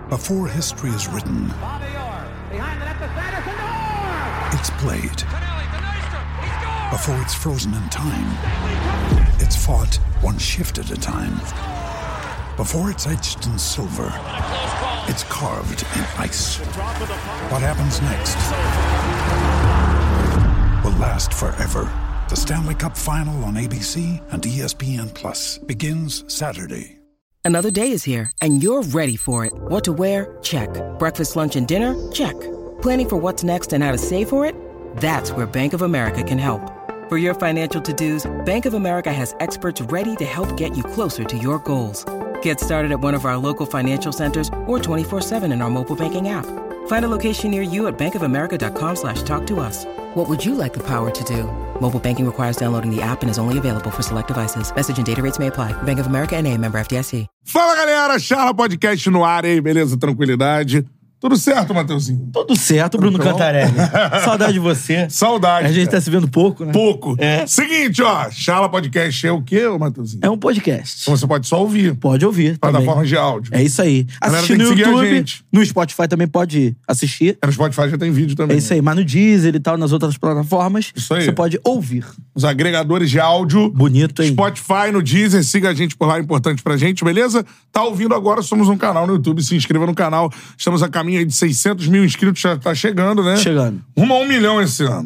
Before history is written, it's played. Before it's frozen in time, it's fought one shift at a time. Before it's etched in silver, it's carved in ice. What happens next will last forever. The Stanley Cup Final on ABC and ESPN Plus begins Saturday. Another day is here, and you're ready for it. What to wear? Check. Breakfast, lunch, and dinner? Check. Planning for what's next and how to save for it? That's where Bank of America can help. For your financial to-dos, Bank of America has experts ready to help get you closer to your goals. Get started at one of our local financial centers or 24/7 in our mobile banking app. Find a location near you at bankofamerica.com/talktous. What would you like the power to do? Mobile banking requires downloading the app and is only available for select devices. Message and data rates may apply. Bank of America N.A., member FDIC. Fala, galera! Charla Podcast no ar aí, beleza? Tranquilidade? Tudo certo, Matheusinho? Tudo certo, Bruno Cantarelli. Saudade de você. Saudade. A gente tá se vendo pouco, né? Pouco. É. Seguinte, ó. Charla Podcast é o quê, Matheusinho? É um podcast. Então você pode só ouvir. Pode ouvir. Plataformas de áudio. É isso aí. Assistir no seguir YouTube. a gente. No Spotify também pode assistir. No Spotify já tem vídeo também. É isso aí. Mas no Deezer e tal, nas outras plataformas, isso aí. Você pode ouvir. Os agregadores de áudio. Bonito, hein? Spotify, no Deezer. Siga a gente por lá, é importante pra gente, beleza? Tá ouvindo agora, somos um canal no YouTube. Se inscreva no canal. Estamos a caminho aí de 600 mil inscritos, já tá chegando, né? Chegando. Rumo a 1 milhão esse ano.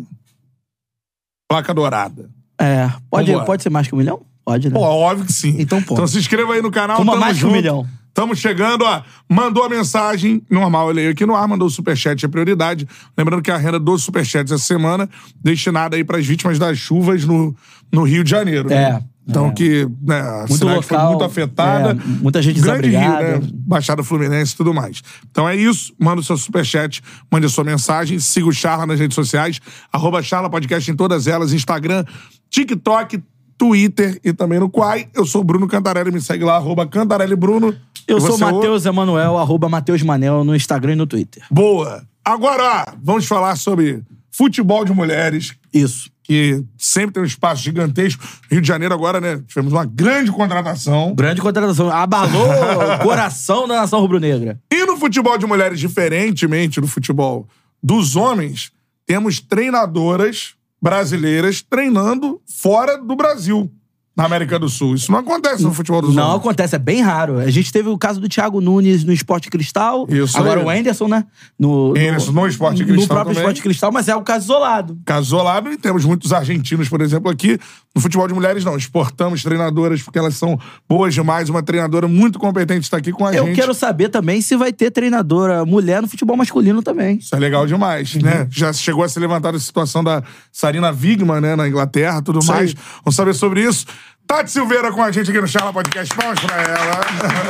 Placa dourada. É. Pode ser mais que 1 milhão? Pode, né? Pô, óbvio que sim. Então pode. Então se inscreva aí no canal. Toma tamo mais que junto. 1 milhão. Estamos chegando, ó. Mandou a mensagem, normal, eu leio aqui no ar, mandou o superchat, é prioridade. Lembrando que a renda dos superchats essa semana destinada aí pras vítimas das chuvas no Rio de Janeiro. Né? Então que né, a muito cidade local, foi muito afetada. Muita gente Grande desabrigada. Rio, né? Baixada Fluminense e tudo mais. Então é isso. Manda o seu superchat, mande a sua mensagem. Siga o Charla nas redes sociais. @Charla Podcast em todas elas. Instagram, TikTok, Twitter e também no Quai. Eu sou o Bruno Cantarelli. Me segue lá, @CantarelliBruno. Eu sou Matheus Emanuel, @MatheusManel no Instagram e no Twitter. Boa! Agora, ó, vamos falar sobre futebol de mulheres. Isso. Que sempre tem um espaço gigantesco. Rio de Janeiro agora, né? Tivemos uma grande contratação. Grande contratação. Abalou o coração da nação rubro-negra. E no futebol de mulheres, diferentemente do futebol dos homens, temos treinadoras brasileiras treinando fora do Brasil. Na América do Sul. Isso não acontece no futebol dos homens. Não acontece, é bem raro. A gente teve o caso do Thiago Nunes no Sport Cristal. Isso agora aí. o Anderson, né? No Sport Cristal no próprio também. Sport Cristal, mas é o caso isolado. Caso isolado, e temos muitos argentinos, por exemplo, aqui. No futebol de mulheres, não. Exportamos treinadoras porque elas são boas demais. Uma treinadora muito competente está aqui com a gente. Eu quero saber também se vai ter treinadora mulher no futebol masculino também. Isso é legal demais, né? Já chegou a ser levantada a situação da Sarina Wigman, né? Na Inglaterra, tudo Isso mais. aí. Vamos saber sobre isso. Tati Silveira com a gente aqui no Charla Podcast. Palmas pra ela.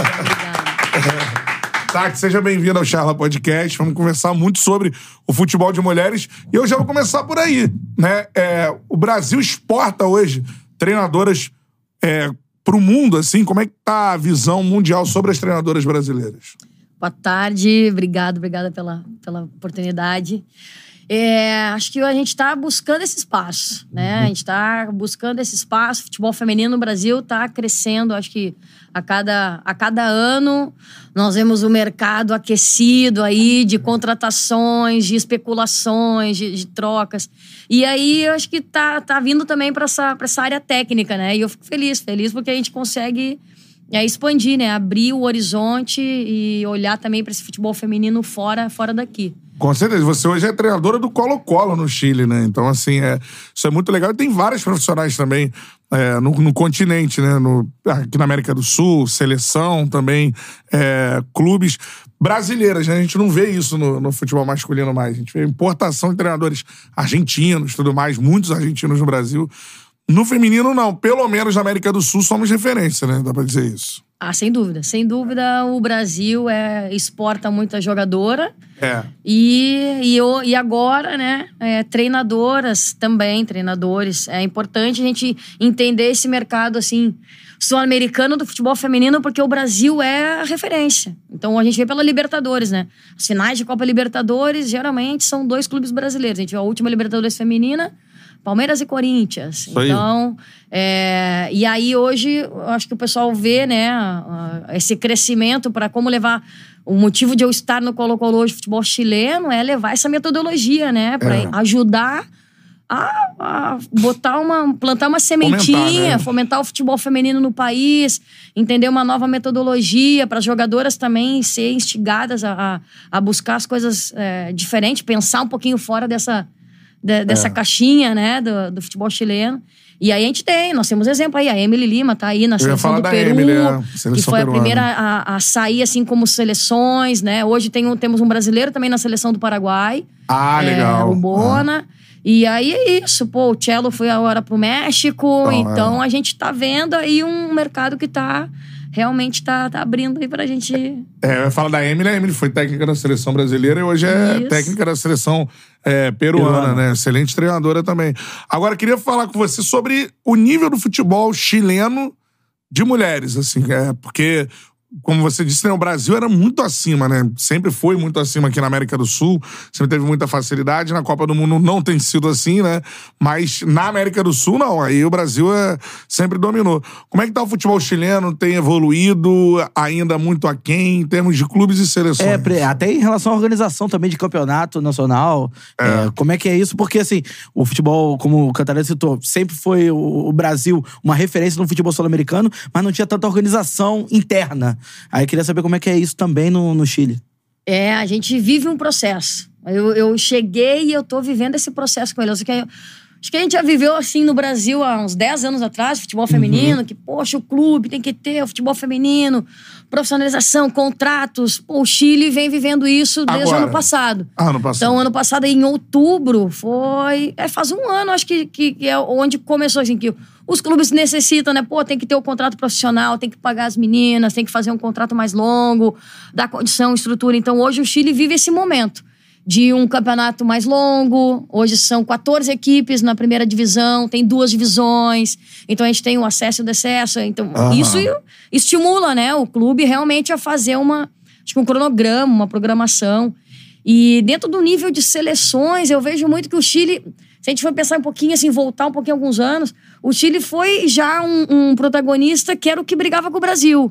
Tati, seja bem-vinda ao Charla Podcast. Vamos conversar muito sobre o futebol de mulheres. E eu já vou começar por aí, né? O Brasil exporta hoje treinadoras pro mundo, assim. Como é que tá a visão mundial sobre as treinadoras brasileiras? Boa tarde, obrigada pela oportunidade. Acho que a gente está buscando esse espaço, né? A gente está buscando esse espaço. O futebol feminino no Brasil está crescendo. Acho que a cada ano nós vemos o mercado aquecido aí de contratações, de especulações, de trocas. E aí eu acho que tá vindo também para essa área técnica, né? E eu fico feliz porque a gente consegue expandir, né? Abrir o horizonte e olhar também para esse futebol feminino fora daqui. Com certeza. Você hoje é treinadora do Colo-Colo no Chile, né? Então, assim, isso é muito legal. E tem vários profissionais também no continente, né? Aqui na América do Sul, seleção também, clubes brasileiras, né? A gente não vê isso no futebol masculino mais. A gente vê importação de treinadores argentinos, tudo mais, muitos argentinos no Brasil. No feminino, não. Pelo menos na América do Sul somos referência, né? Dá pra dizer isso. Sem dúvida. Sem dúvida, o Brasil exporta muita jogadora. E agora, né? Treinadoras também, treinadores. É importante a gente entender esse mercado, assim, sul-americano do futebol feminino, porque o Brasil é a referência. Então, a gente vê pela Libertadores, né? As finais de Copa Libertadores, geralmente, são 2 clubes brasileiros. A gente vê a última Libertadores feminina, Palmeiras e Corinthians. Isso aí. Então, e aí hoje, eu acho que o pessoal vê, né, esse crescimento para como levar... O motivo de eu estar no Colo-Colo hoje, futebol chileno, é levar essa metodologia, né, para ajudar a plantar uma sementinha, fomentar o futebol feminino no país, entender uma nova metodologia para as jogadoras também ser instigadas a buscar as coisas diferentes, pensar um pouquinho fora dessa caixinha, né, do futebol chileno. E aí nós temos exemplo aí, a Emily Lima tá aí na seleção do Peru, que foi a primeira a sair assim como seleções, né? Hoje temos um brasileiro também na seleção do Paraguai. Legal. O Bona. E aí é isso, pô, o Cello foi agora pro México, então a gente tá vendo aí um mercado que realmente tá abrindo aí pra gente... Eu ia falar da Emily, a Emily foi técnica da seleção brasileira e hoje é técnica da seleção peruana, né? Excelente treinadora também. Agora, queria falar com você sobre o nível do futebol chileno de mulheres, assim, porque... Como você disse, né, o Brasil era muito acima, né? Sempre foi muito acima aqui na América do Sul. Sempre teve muita facilidade. Na Copa do Mundo não tem sido assim, né? Mas na América do Sul, não. Aí o Brasil sempre dominou. Como é que tá o futebol chileno? Tem evoluído ainda muito aquém em termos de clubes e seleções? Até em relação à organização também de campeonato nacional. Como é que é isso? Porque, assim, o futebol, como o Cantarelli citou, sempre foi o Brasil uma referência no futebol sul-americano, mas não tinha tanta organização interna. Aí eu queria saber como é que é isso também no Chile. A gente vive um processo. Eu cheguei e eu tô vivendo esse processo com eles. Acho que a gente já viveu assim no Brasil há uns 10 anos atrás, futebol feminino, que, poxa, o clube tem que ter o futebol feminino, profissionalização, contratos. Pô, o Chile vem vivendo isso desde o ano passado. Então, ano passado, em outubro, faz um ano, acho que é onde começou, assim, que os clubes necessitam, né? Pô, tem que ter o contrato profissional, tem que pagar as meninas, tem que fazer um contrato mais longo, dar condição, estrutura. Então, hoje o Chile vive esse momento de um campeonato mais longo. Hoje são 14 equipes na primeira divisão, tem 2 divisões. Então, a gente tem o acesso e o decesso. Então, isso estimula, né, o clube realmente a fazer um cronograma, uma programação. E dentro do nível de seleções, eu vejo muito que o Chile... Se a gente for pensar um pouquinho, assim, voltar um pouquinho alguns anos, o Chile foi já um protagonista que era o que brigava com o Brasil.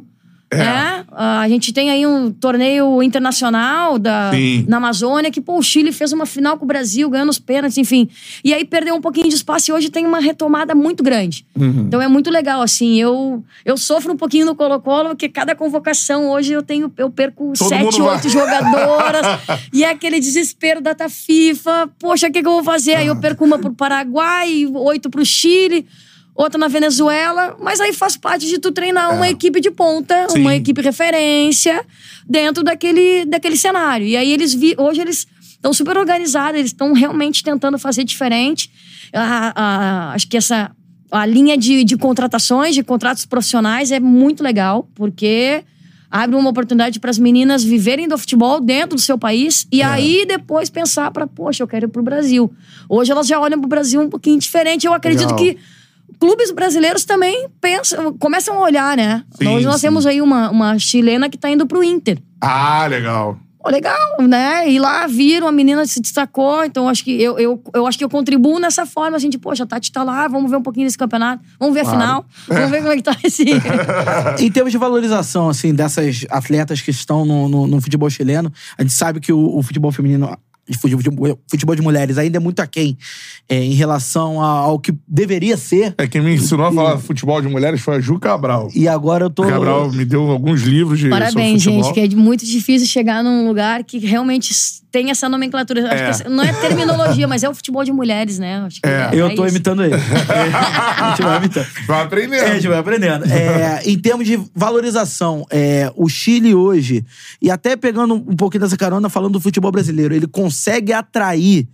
A gente tem aí um torneio internacional na Amazônia que, pô, o Chile fez uma final com o Brasil, ganhando os pênaltis, enfim. E aí perdeu um pouquinho de espaço e hoje tem uma retomada muito grande. Então é muito legal, assim. Eu sofro um pouquinho no Colo-Colo, porque cada convocação hoje eu perco 7, 8 jogadoras. E é aquele desespero da FIFA. Poxa, o que eu vou fazer? Aí eu perco uma pro Paraguai, 8 pro Chile, outra na Venezuela, mas aí faz parte de tu treinar uma equipe de ponta, uma equipe referência dentro daquele cenário. E aí hoje eles estão super organizados, eles estão realmente tentando fazer diferente. Acho que a linha de contratações, de contratos profissionais é muito legal, porque abre uma oportunidade para as meninas viverem do futebol dentro do seu país e aí depois pensar poxa, eu quero ir pro Brasil. Hoje elas já olham pro Brasil um pouquinho diferente. Eu acredito que clubes brasileiros também começam a olhar, né? Hoje nós temos aí uma chilena que tá indo pro Inter. Legal. Legal, né? E lá viram, a menina se destacou, então acho que eu acho que eu contribuo nessa forma, assim, de, poxa, a Tati tá lá, vamos ver um pouquinho desse campeonato, vamos ver a final, vamos ver como é que tá esse... Em termos de valorização, assim, dessas atletas que estão no futebol chileno, a gente sabe que o futebol feminino... futebol de mulheres ainda é muito aquém em relação ao que deveria ser. Quem me ensinou a falar futebol de mulheres foi a Ju Cabral. E agora eu tô... Cabral me deu alguns livros de Parabéns, sobre futebol. gente, que é muito difícil chegar num lugar que realmente tem essa nomenclatura. Acho que não é terminologia, mas é o futebol de mulheres, né? Acho que eu tô imitando ele. A gente vai imitando. Vai aprendendo. A gente vai aprendendo. Em termos de valorização, o Chile hoje, e até pegando um pouquinho dessa carona, falando do futebol brasileiro, ele consegue atrair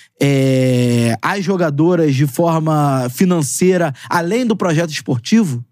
as jogadoras de forma financeira, além do projeto esportivo?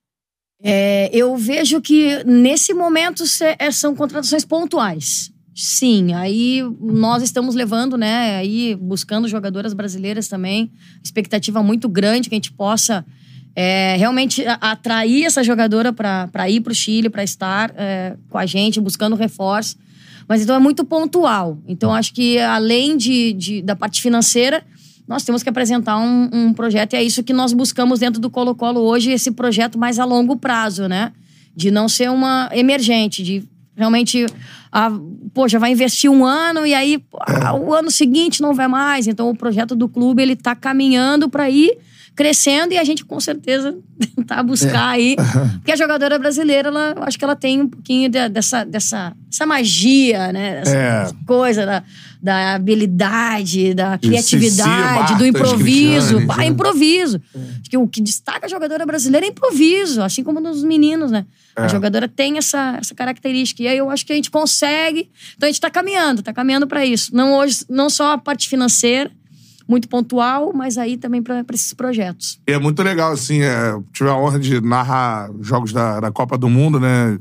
Eu vejo que, nesse momento, são contratações pontuais. Sim, aí nós estamos levando, né, aí buscando jogadoras brasileiras também. Expectativa muito grande que a gente possa realmente atrair essa jogadora para ir pro Chile, para estar com a gente, buscando reforço. Mas então é muito pontual. Então acho que além da parte financeira, nós temos que apresentar um projeto, e é isso que nós buscamos dentro do Colo-Colo hoje, esse projeto mais a longo prazo, né? De não ser uma emergente, de realmente, já vai investir um ano e aí o ano seguinte não vai mais. Então o projeto do clube, ele tá caminhando para ir crescendo e a gente com certeza tentar buscar aí. Porque a jogadora brasileira, eu acho que ela tem um pouquinho dessa magia, né? Essa coisa da habilidade, da criatividade, do improviso. Improviso. Acho que o que destaca a jogadora brasileira é improviso, assim como nos meninos, né? A jogadora tem essa característica. E aí eu acho que a gente consegue. Então a gente tá caminhando para isso. Não só a parte financeira, muito pontual, mas aí também para esses projetos. É muito legal, assim, tive a honra de narrar jogos da Copa do Mundo, né?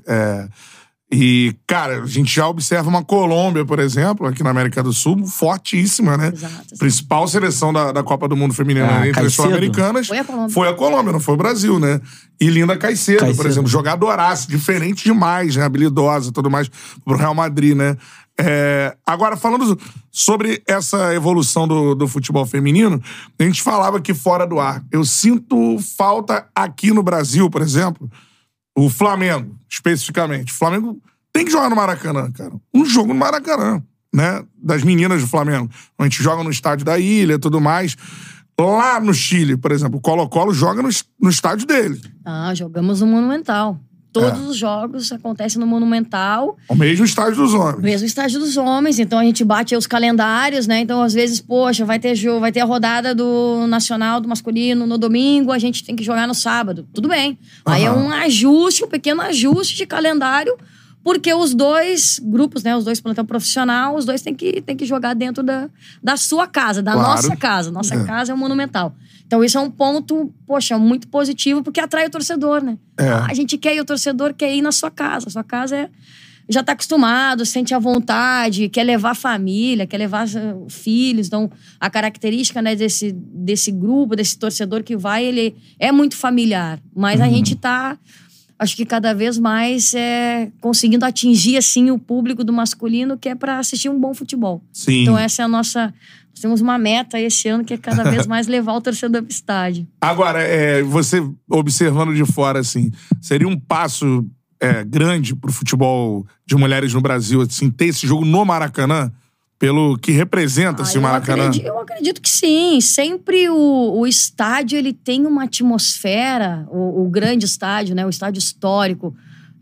E, cara, a gente já observa uma Colômbia, por exemplo, aqui na América do Sul, fortíssima, né? Exato. Principal seleção da Copa do Mundo feminina entre as sul-americanas. Foi a Colômbia, não foi o Brasil, né? E Linda Caicedo, por exemplo, jogadoraça, diferente demais, né? Habilidosa e tudo mais, pro Real Madrid, né? Agora, falando sobre essa evolução do futebol feminino, a gente falava aqui fora do ar. Eu sinto falta aqui no Brasil, por exemplo, o Flamengo, especificamente. O Flamengo tem que jogar no Maracanã, cara. Um jogo no Maracanã, né? Das meninas do Flamengo. A gente joga no estádio da Ilha e tudo mais. Lá no Chile, por exemplo, o Colo-Colo joga no estádio dele. Jogamos no Monumental. Todos os jogos acontecem no Monumental. O mesmo estádio dos homens. Mesmo estádio dos homens. Então a gente bate os calendários, né? Então, às vezes, vai ter jogo, vai ter a rodada do Nacional, do masculino no domingo, a gente tem que jogar no sábado. Tudo bem. Aí é um pequeno ajuste de calendário, porque os dois grupos, né? Os dois plantel profissional, os dois têm que jogar dentro da sua casa, da nossa casa. Nossa casa é o Monumental. Então isso é um ponto, muito positivo, porque atrai o torcedor, né? A gente quer ir, o torcedor quer ir na sua casa. A sua casa já tá acostumado, sente à vontade, quer levar a família, quer levar filhos. Então, a característica, né, desse grupo, desse torcedor que vai, ele é muito familiar. Mas a gente tá, acho que cada vez mais conseguindo atingir, assim, o público do masculino, que é para assistir um bom futebol. Sim. Então essa é a nossa... Nós temos uma meta esse ano que é cada vez mais levar o torcedor pro estádio. Agora, você observando de fora, assim, seria um passo grande pro futebol de mulheres no Brasil, assim, ter esse jogo no Maracanã? Pelo que representa esse Maracanã? Eu acredito que sim. Sempre o estádio, ele tem uma atmosfera, o grande estádio, né? O estádio histórico.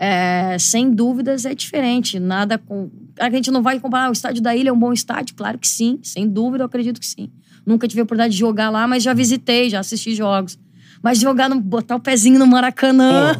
Sem dúvidas é diferente. A gente não vai comparar. O estádio da Ilha é um bom estádio? Claro que sim. Sem dúvida, eu acredito que sim. Nunca tive a oportunidade de jogar lá, mas já visitei, já assisti jogos. Mas botar o pezinho no Maracanã...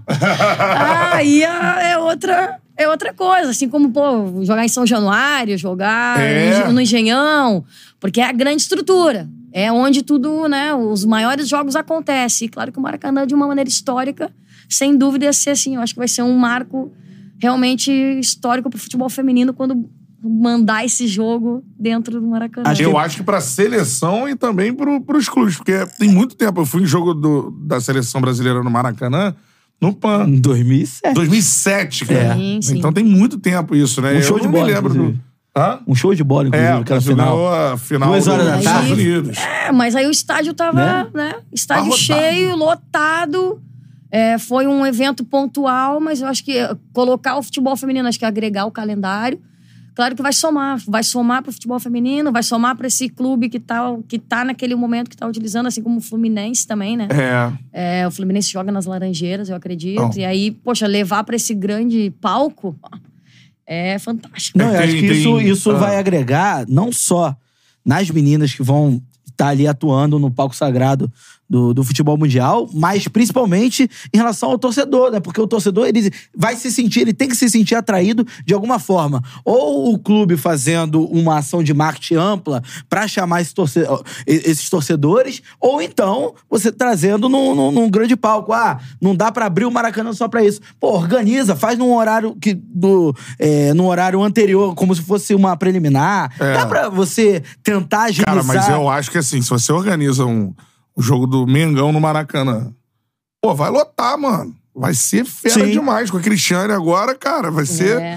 aí é outra coisa. Assim como, jogar em São Januário, jogar no Engenhão. Porque é a grande estrutura. É onde tudo, né? Os maiores jogos acontecem. E claro que o Maracanã, de uma maneira histórica, sem dúvida, ia ser assim. Eu acho que vai ser um marco realmente histórico pro futebol feminino quando mandar esse jogo dentro do Maracanã. Eu acho que pra seleção e também pros clubes, porque tem muito tempo. Eu fui em jogo da seleção brasileira no Maracanã, no PAN. Em 2007. 2007, cara. Sim. Então tem muito tempo isso, né? Um show de bola, me lembro Um show de bola, inclusive, aquela final. A final 2 horas da dos tarde. Estados Unidos. Mas aí o estádio tava, né? Estádio cheio, lotado. Foi um evento pontual, mas eu acho que colocar o futebol feminino, acho que agregar o calendário, claro que vai somar. Vai somar pro futebol feminino, vai somar para esse clube que tá naquele momento que tá utilizando, assim como o Fluminense também, né? O Fluminense joga nas Laranjeiras, eu acredito. E aí, levar para esse grande palco é fantástico. Não, eu acho que isso vai agregar não só nas meninas que vão estar ali atuando no palco sagrado do futebol mundial, mas principalmente em relação ao torcedor, né? Porque o torcedor, ele tem que se sentir atraído de alguma forma. Ou o clube fazendo uma ação de marketing ampla pra chamar esses torcedores, ou então você trazendo num grande palco. Não dá pra abrir o Maracanã só pra isso. Organiza, faz num horário num horário anterior, como se fosse uma preliminar. Dá pra você tentar agilizar. Cara, mas eu acho que assim, se você organiza o jogo do Mengão no Maracanã, vai lotar, mano. Vai ser fera demais. Com a Cristiane agora, cara, vai ser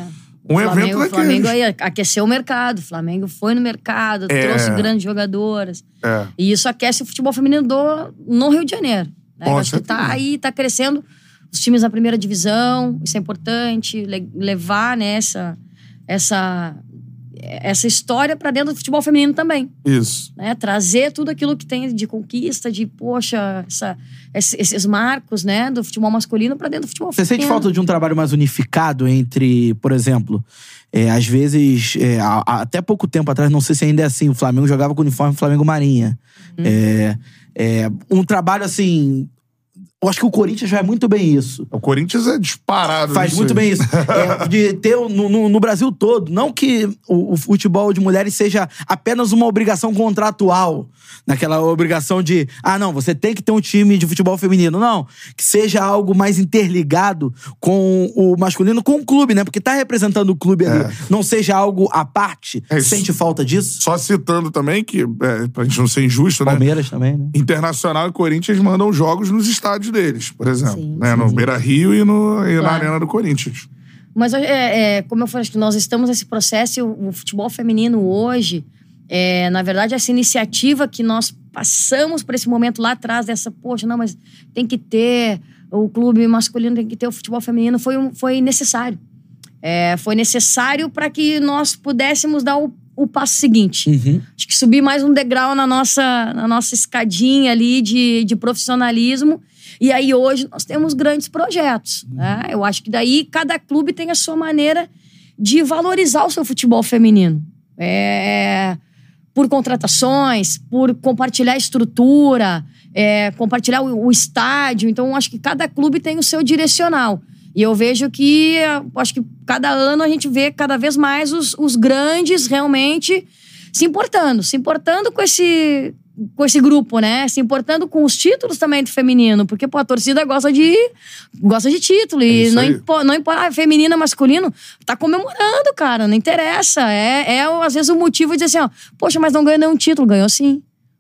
Um evento daqueles. O Flamengo aí aqueceu o mercado. O Flamengo foi no mercado, trouxe grandes jogadoras. E isso aquece o futebol feminino no Rio de Janeiro. Né? Eu acho que tá aí, tá crescendo. Os times da primeira divisão, isso é importante. Levar, né, essa história pra dentro do futebol feminino também. Isso. Né? Trazer tudo aquilo que tem de conquista, de, poxa, esses marcos, né, do futebol masculino pra dentro do futebol feminino. Você sente falta de um trabalho mais unificado entre, por exemplo, às vezes, até pouco tempo atrás, não sei se ainda é assim, o Flamengo jogava com o uniforme Flamengo Marinha. Um trabalho assim... Eu acho que o Corinthians faz muito bem isso. O Corinthians é disparado. Faz muito bem isso. De ter no Brasil todo. Não que o futebol de mulheres seja apenas uma obrigação contratual. Naquela obrigação de... não, você tem que ter um time de futebol feminino. Não. Que seja algo mais interligado com o masculino, com o clube, né? Porque tá representando o clube ali. Não seja algo à parte. Sente falta disso? Só citando também que, pra gente não ser injusto, Palmeiras também, né? Internacional e Corinthians mandam jogos nos estádios deles, por exemplo. Sim, né? No Beira-Rio e na Arena do Corinthians. Mas, como eu falei, nós estamos nesse processo e o futebol feminino hoje, na verdade, essa iniciativa que nós passamos por esse momento lá atrás, poxa, não, mas tem que ter o clube masculino, tem que ter o futebol feminino, foi necessário. Foi necessário para que nós pudéssemos dar o passo seguinte. Acho que subir mais um degrau na nossa escadinha ali de profissionalismo. E aí hoje nós temos grandes projetos. Né? Eu acho que daí cada clube tem a sua maneira de valorizar o seu futebol feminino. Por contratações, por compartilhar a estrutura, compartilhar o estádio. Então, acho que cada clube tem o seu direcional. E eu vejo que, acho que cada ano a gente vê cada vez mais os grandes realmente se importando com esse grupo, né? Se importando com os títulos também do feminino. Porque, a torcida gosta de título. E não importa, feminino, masculino, tá comemorando, cara. Não interessa. Às vezes, o motivo de dizer assim, poxa, mas não ganhou nenhum título. Ganhou sim.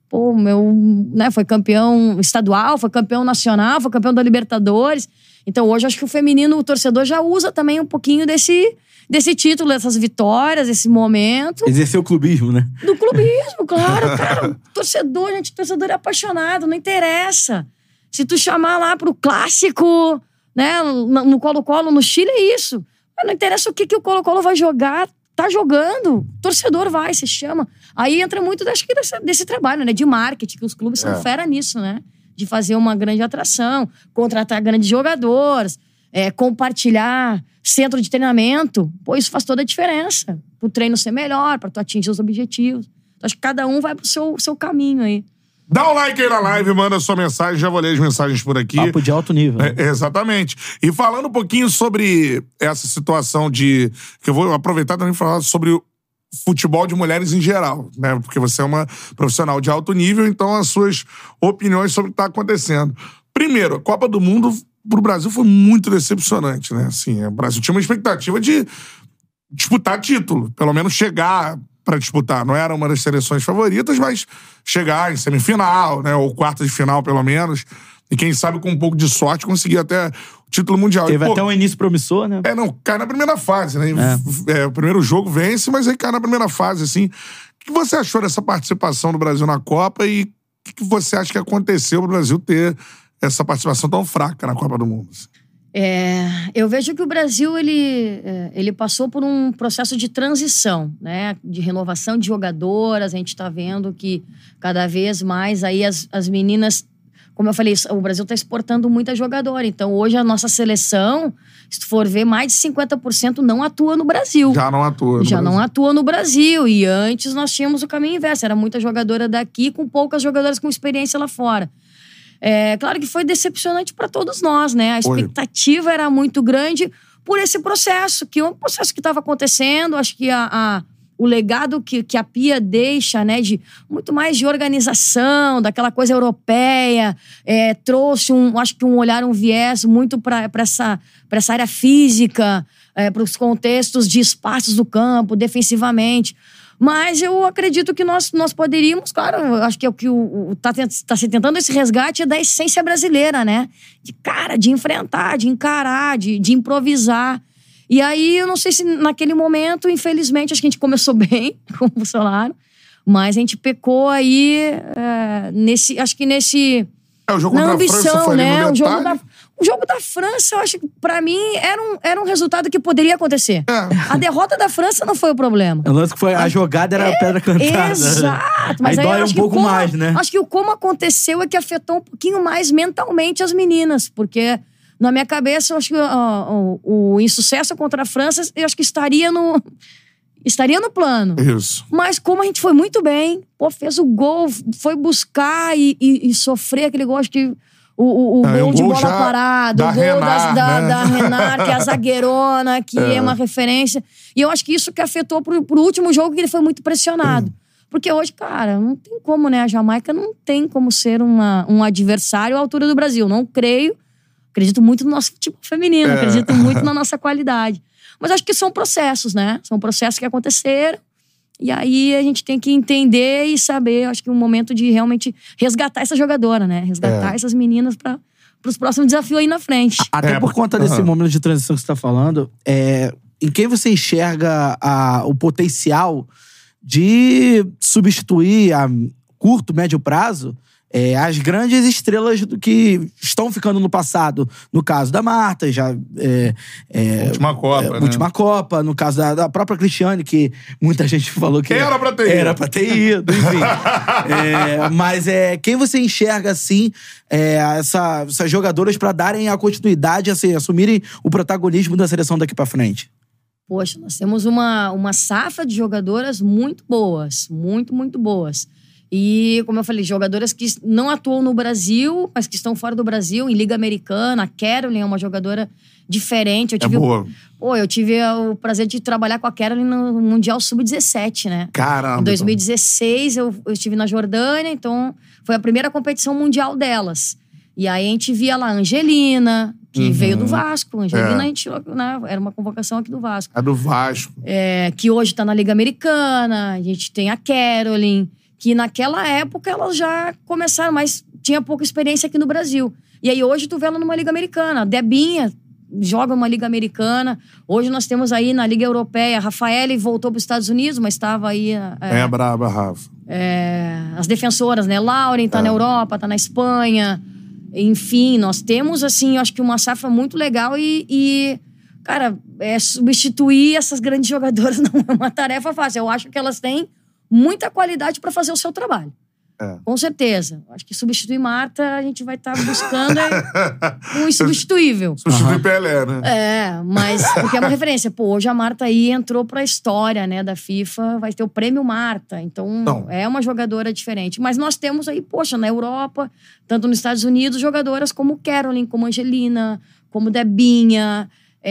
Foi campeão estadual, foi campeão nacional, foi campeão da Libertadores. Então, hoje, acho que o feminino, o torcedor já usa também um pouquinho desse título, dessas vitórias, desse momento. Exercer o clubismo, né? Do clubismo, claro, cara. Torcedor é apaixonado, não interessa. Se tu chamar lá pro clássico, né, no Colo-Colo, no Chile, é isso. Mas não interessa o que o Colo-Colo vai jogar, tá jogando. Torcedor vai, se chama. Aí entra muito, acho que desse trabalho, né, de marketing, que os clubes são fera nisso, né? De fazer uma grande atração, contratar grandes jogadores, compartilhar centro de treinamento. Isso faz toda a diferença. Pro treino ser melhor, pra tu atingir os objetivos. Então, acho que cada um vai pro seu caminho aí. Dá um like aí na live, manda sua mensagem, já vou ler as mensagens por aqui. Papo de alto nível. Né? Exatamente. E falando um pouquinho sobre essa situação que eu vou aproveitar também para falar sobre o futebol de mulheres em geral, né? Porque você é uma profissional de alto nível, então as suas opiniões sobre o que está acontecendo. Primeiro, a Copa do Mundo pro Brasil foi muito decepcionante, né? Assim, o Brasil tinha uma expectativa de disputar título, pelo menos chegar para disputar. Não era uma das seleções favoritas, mas chegar em semifinal, né? Ou quarta de final, pelo menos. E quem sabe, com um pouco de sorte, conseguir até o título mundial. Teve até um início promissor, né? Cai na primeira fase, né? O primeiro jogo vence, mas aí cai na primeira fase, assim. O que você achou dessa participação do Brasil na Copa e o que você acha que aconteceu pro Brasil ter essa participação tão fraca na Copa do Mundo? Eu vejo que o Brasil, ele passou por um processo de transição, né? De renovação de jogadoras. A gente tá vendo que cada vez mais aí as meninas... Como eu falei, o Brasil está exportando muita jogadora. Então, hoje, a nossa seleção, se tu for ver, mais de 50% não atua no Brasil. Já não atua no Já Brasil. não atua no Brasil. E antes, nós tínhamos o caminho inverso. Era muita jogadora daqui, com poucas jogadoras com experiência lá fora. Claro que foi decepcionante para todos nós, né? A expectativa era muito grande por esse processo. Que é um processo que estava acontecendo. Acho que o legado que a Pia deixa, né, de muito mais de organização, daquela coisa europeia, trouxe acho que um olhar, um viés muito para essa área física, para os contextos de espaços do campo, defensivamente. Mas eu acredito que nós poderíamos, claro, acho que é o que tá se tentando esse resgate da essência brasileira, né? De enfrentar, de encarar, de improvisar. E aí, eu não sei se naquele momento, infelizmente, acho que a gente começou bem com o Bolsonaro, mas a gente pecou aí acho que nesse... O jogo na contra a ambição, França foi né? ali no O jogo da França, eu acho que, pra mim, era um resultado que poderia acontecer. A derrota da França não foi o problema. O lance que foi, a jogada era a pedra cantada. Exato. Mas aí dói eu um acho pouco mais, né? Acho que o como aconteceu é que afetou um pouquinho mais mentalmente as meninas. Porque, na minha cabeça, eu acho que o insucesso contra a França, eu acho que estaria no plano. Isso. Mas como a gente foi muito bem, fez o gol, foi buscar e sofrer aquele gol, acho que o gol de bola parada, o gol da Renard, que é a zagueirona, que é uma referência. E eu acho que isso que afetou pro último jogo, que ele foi muito pressionado. Porque hoje, cara, não tem como, né? A Jamaica não tem como ser um adversário à altura do Brasil. Não creio. Acredito muito no nosso futebol feminino, acredito muito na nossa qualidade. Mas acho que são processos, né? São processos que aconteceram. E aí a gente tem que entender e saber, acho que é um momento de realmente resgatar essa jogadora, né? Resgatar essas meninas para os próximos desafios aí na frente. Até por conta desse momento de transição que você tá falando, em quem você enxerga o potencial de substituir a curto, médio prazo as grandes estrelas que estão ficando no passado. No caso da Marta, última Copa, né? Última Copa. No caso da própria Cristiane, que muita gente falou que... Era pra ter ido. Enfim. Mas quem você enxerga, assim, essas jogadoras pra darem a continuidade, assim, assumirem o protagonismo da seleção daqui pra frente? Poxa, nós temos uma safra de jogadoras muito boas. Muito, muito boas. E, como eu falei, jogadoras que não atuam no Brasil, mas que estão fora do Brasil, em Liga Americana. A Caroline é uma jogadora diferente. Boa. Eu tive o prazer de trabalhar com a Caroline no Mundial Sub-17, né? Caramba. Em 2016, eu estive na Jordânia, então foi a primeira competição mundial delas. E aí a gente via lá a Angelina, que veio do Vasco. Angelina, a gente, né, era uma convocação aqui do Vasco. A do Vasco. Que hoje tá na Liga Americana. A gente tem a Caroline, que naquela época elas já começaram, mas tinha pouca experiência aqui no Brasil. E aí hoje tu vê ela numa Liga Americana. A Debinha joga uma Liga Americana. Hoje nós temos aí na Liga Europeia, a Rafaele voltou para os Estados Unidos, mas estava aí... braba, Rafa. As defensoras, né? Lauren tá na Europa, tá na Espanha. Enfim, nós temos, assim, eu acho que uma safra muito legal e cara, substituir essas grandes jogadoras não é uma tarefa fácil. Eu acho que elas têm muita qualidade para fazer o seu trabalho. Com certeza. Acho que substituir Marta, a gente vai estar buscando um insubstituível. Substituir Pelé, né? Mas porque é uma referência. Hoje a Marta aí entrou pra história, né, da FIFA, vai ter o prêmio Marta. Então, é uma jogadora diferente. Mas nós temos aí, na Europa, tanto nos Estados Unidos, jogadoras como Caroline, como Angelina, como Debinha,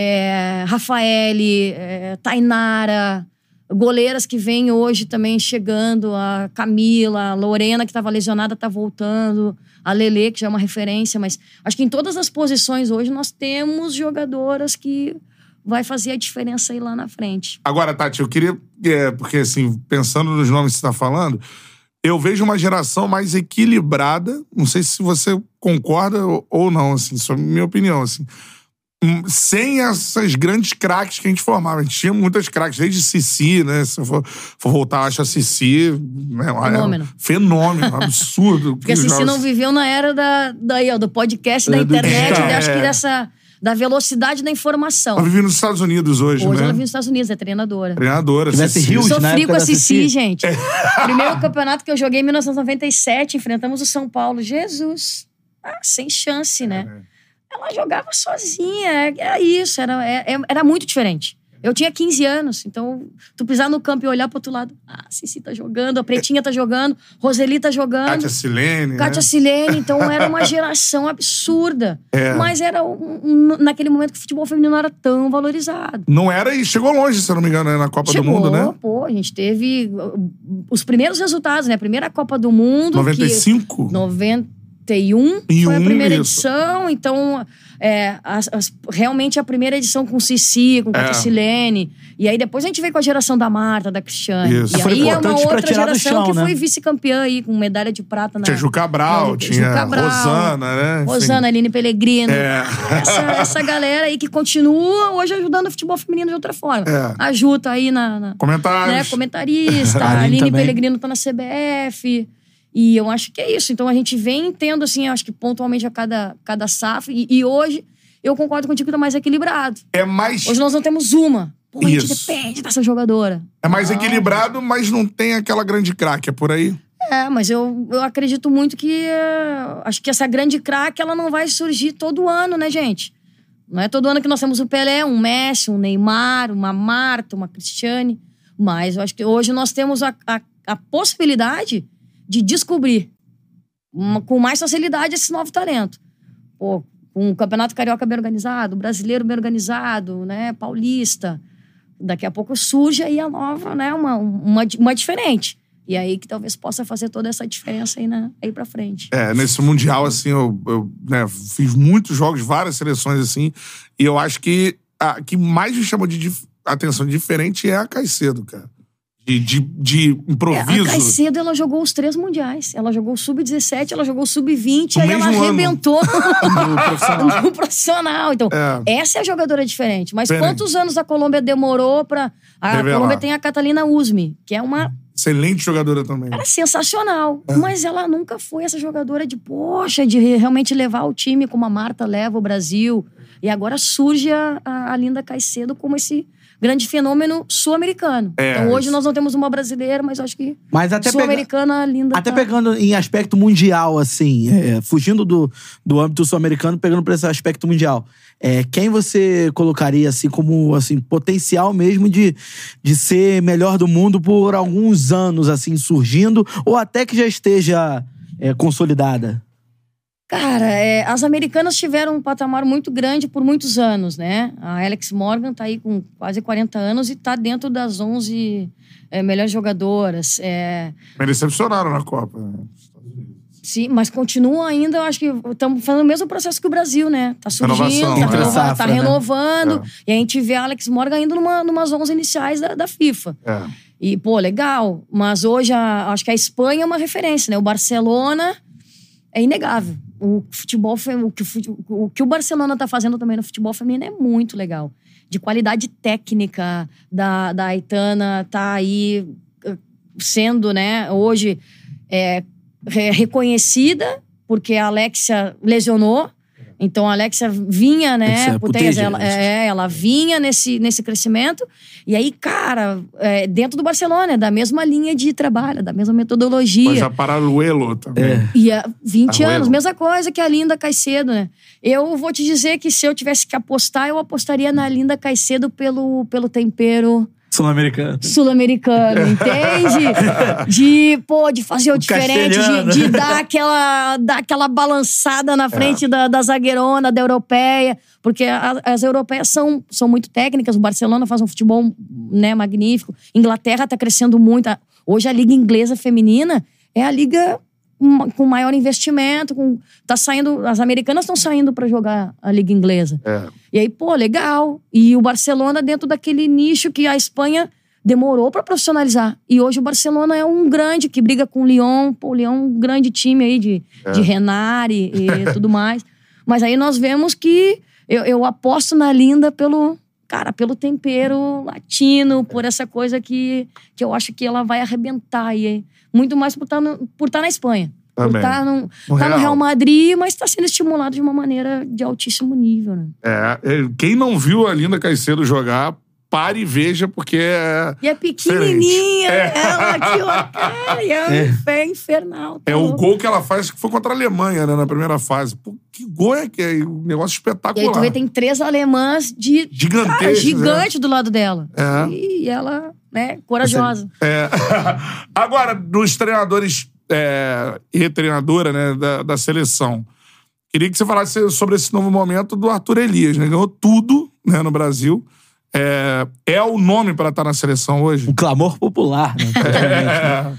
Rafaele, Tainara... Goleiras que vêm hoje também chegando, a Camila, a Lorena, que estava lesionada, está voltando, a Lelê, que já é uma referência, mas acho que em todas as posições hoje nós temos jogadoras que vai fazer a diferença aí lá na frente. Agora, Tati, eu queria, porque assim, pensando nos nomes que você está falando, eu vejo uma geração mais equilibrada, não sei se você concorda ou não, assim, isso é a minha opinião, assim. Sem essas grandes craques que a gente formava. A gente tinha muitas craques, desde Cici, né? Se eu for voltar, acho a Cici... Fenômeno. Fenômeno, absurdo. Porque a Cici não viveu na era do podcast, da internet, acho que da velocidade da informação. Ela vive nos Estados Unidos hoje, né? Hoje ela vive nos Estados Unidos, é treinadora. Cici. Sofri com a Cici, gente. Primeiro campeonato que eu joguei em 1997, enfrentamos o São Paulo. Jesus! Sem chance, né? Ela jogava sozinha, era isso, era muito diferente. Eu tinha 15 anos, então tu pisar no campo e olhar pro outro lado, a Cici tá jogando, a Pretinha tá jogando, Roseli tá jogando. Kátia Silene, então era uma geração absurda. Mas era naquele momento que o futebol feminino não era tão valorizado. Não era e chegou longe, se eu não me engano, na Copa do Mundo, né? A gente teve os primeiros resultados, né? A primeira Copa do Mundo. 95? foi a primeira isso. edição, então realmente a primeira edição com Cici, com Catricilene. E aí depois a gente veio com a geração da Marta, da Cristiane. Isso. E Foi aí é uma importante pra outra tirar do geração chão, que né? foi vice-campeã aí, com medalha de prata na... Tinha Ju Cabral, tinha Ju Cabral, Rosana, né? Enfim. Rosana, Aline Pellegrino. Essa galera aí que continua hoje ajudando o futebol feminino de outra forma. A Ju tá aí na Comentários. né, comentarista, a Aline Pellegrino tá na CBF. E eu acho que é isso. Então a gente vem tendo, assim, acho que pontualmente a cada safra. E hoje eu concordo contigo que tá mais equilibrado. É mais... Hoje nós não temos uma. Pô, a gente Isso. depende dessa jogadora. É mais equilibrado, mas não tem aquela grande craque. É por aí? Mas eu acredito muito que... acho que essa grande craque, ela não vai surgir todo ano, né, gente? Não é todo ano que nós temos o Pelé, um Messi, um Neymar, uma Marta, uma Cristiane. Mas eu acho que hoje nós temos a possibilidade de descobrir com mais facilidade esse novo talento. Pô, com o Campeonato Carioca bem organizado, o Brasileiro bem organizado, né, Paulista. Daqui a pouco surge aí a nova, né, uma diferente. E aí que talvez possa fazer toda essa diferença aí pra frente. Nesse Mundial, assim, eu né, fiz muitos jogos, várias seleções, assim, e eu acho que a que mais me chamou de atenção diferente é a Caicedo, cara. De improviso. A Caicedo, ela jogou os 3 mundiais. Ela jogou o Sub-17, ela jogou o Sub-20, aí ela arrebentou no profissional. Então, essa é a jogadora diferente. Mas quantos anos a Colômbia demorou pra... A Colômbia tem a Catalina Usme, que é uma... excelente jogadora também. Era sensacional. Mas ela nunca foi essa jogadora de realmente levar o time como a Marta leva o Brasil. E agora surge a Linda Caicedo como esse grande fenômeno sul-americano. Então hoje nós não temos uma brasileira, mas acho que sul-americana linda. Até pegando em aspecto mundial, assim, fugindo do âmbito sul-americano, pegando para esse aspecto mundial. Quem você colocaria assim como assim, potencial mesmo de ser melhor do mundo por alguns anos, assim, surgindo, ou até que já esteja consolidada? Cara, as americanas tiveram um patamar muito grande por muitos anos, né? A Alex Morgan tá aí com quase 40 anos e tá dentro das 11 melhores jogadoras. Mas decepcionaram na Copa, né? Sim, mas continuam ainda, eu acho que estamos fazendo o mesmo processo que o Brasil, né? Tá surgindo, Renovação, tá renovando. E a gente vê a Alex Morgan indo numas 11 iniciais da FIFA. E, pô, legal. Mas hoje, acho que a Espanha é uma referência, né? O Barcelona é inegável. O futebol, o que o Barcelona tá fazendo também no futebol feminino é muito legal. De qualidade técnica da Aitana, tá aí sendo, né, hoje reconhecida, porque a Alexia lesionou. Então a Alexia vinha, né, ela vinha nesse crescimento. E aí, cara, dentro do Barcelona, da mesma linha de trabalho, da mesma metodologia. Mas a Paraluelo também. E há 20 anos, mesma coisa que a Linda Caicedo, né? Eu vou te dizer que se eu tivesse que apostar, eu apostaria na Linda Caicedo pelo tempero... Sul-americano, entende? De fazer o diferente, de dar aquela balançada na frente da zagueirona, da europeia. Porque as europeias são muito técnicas. O Barcelona faz um futebol, né, magnífico. Inglaterra tá crescendo muito. Hoje a Liga Inglesa Feminina é a liga com maior investimento. As americanas estão saindo pra jogar a Liga Inglesa. E aí, pô, legal. E o Barcelona dentro daquele nicho que a Espanha demorou pra profissionalizar. E hoje o Barcelona é um grande que briga com o Lyon. Pô, o Lyon é um grande time aí de Renari e tudo mais. Mas aí nós vemos que eu aposto na Linda pelo tempero latino, por essa coisa que eu acho que ela vai arrebentar aí. Muito mais por estar na Espanha. Também. Por estar no Real Madrid, mas está sendo estimulado de uma maneira de altíssimo nível, né? Quem não viu a Linda Caicedo jogar, pare e veja, porque E é pequenininha, ela aqui, ó, cara, é infernal. Tá o gol que ela faz, que foi contra a Alemanha, né, na primeira fase. Pô, que gol é que é? Um negócio espetacular. E aí tu vê, tem 3 alemãs gigante do lado dela. E ela, né, corajosa. Agora, dos treinadores e treinadora, né, da seleção, queria que você falasse sobre esse novo momento do Arthur Elias, né? Ganhou tudo, né, no Brasil. É o nome para estar na seleção hoje? Um clamor popular, né?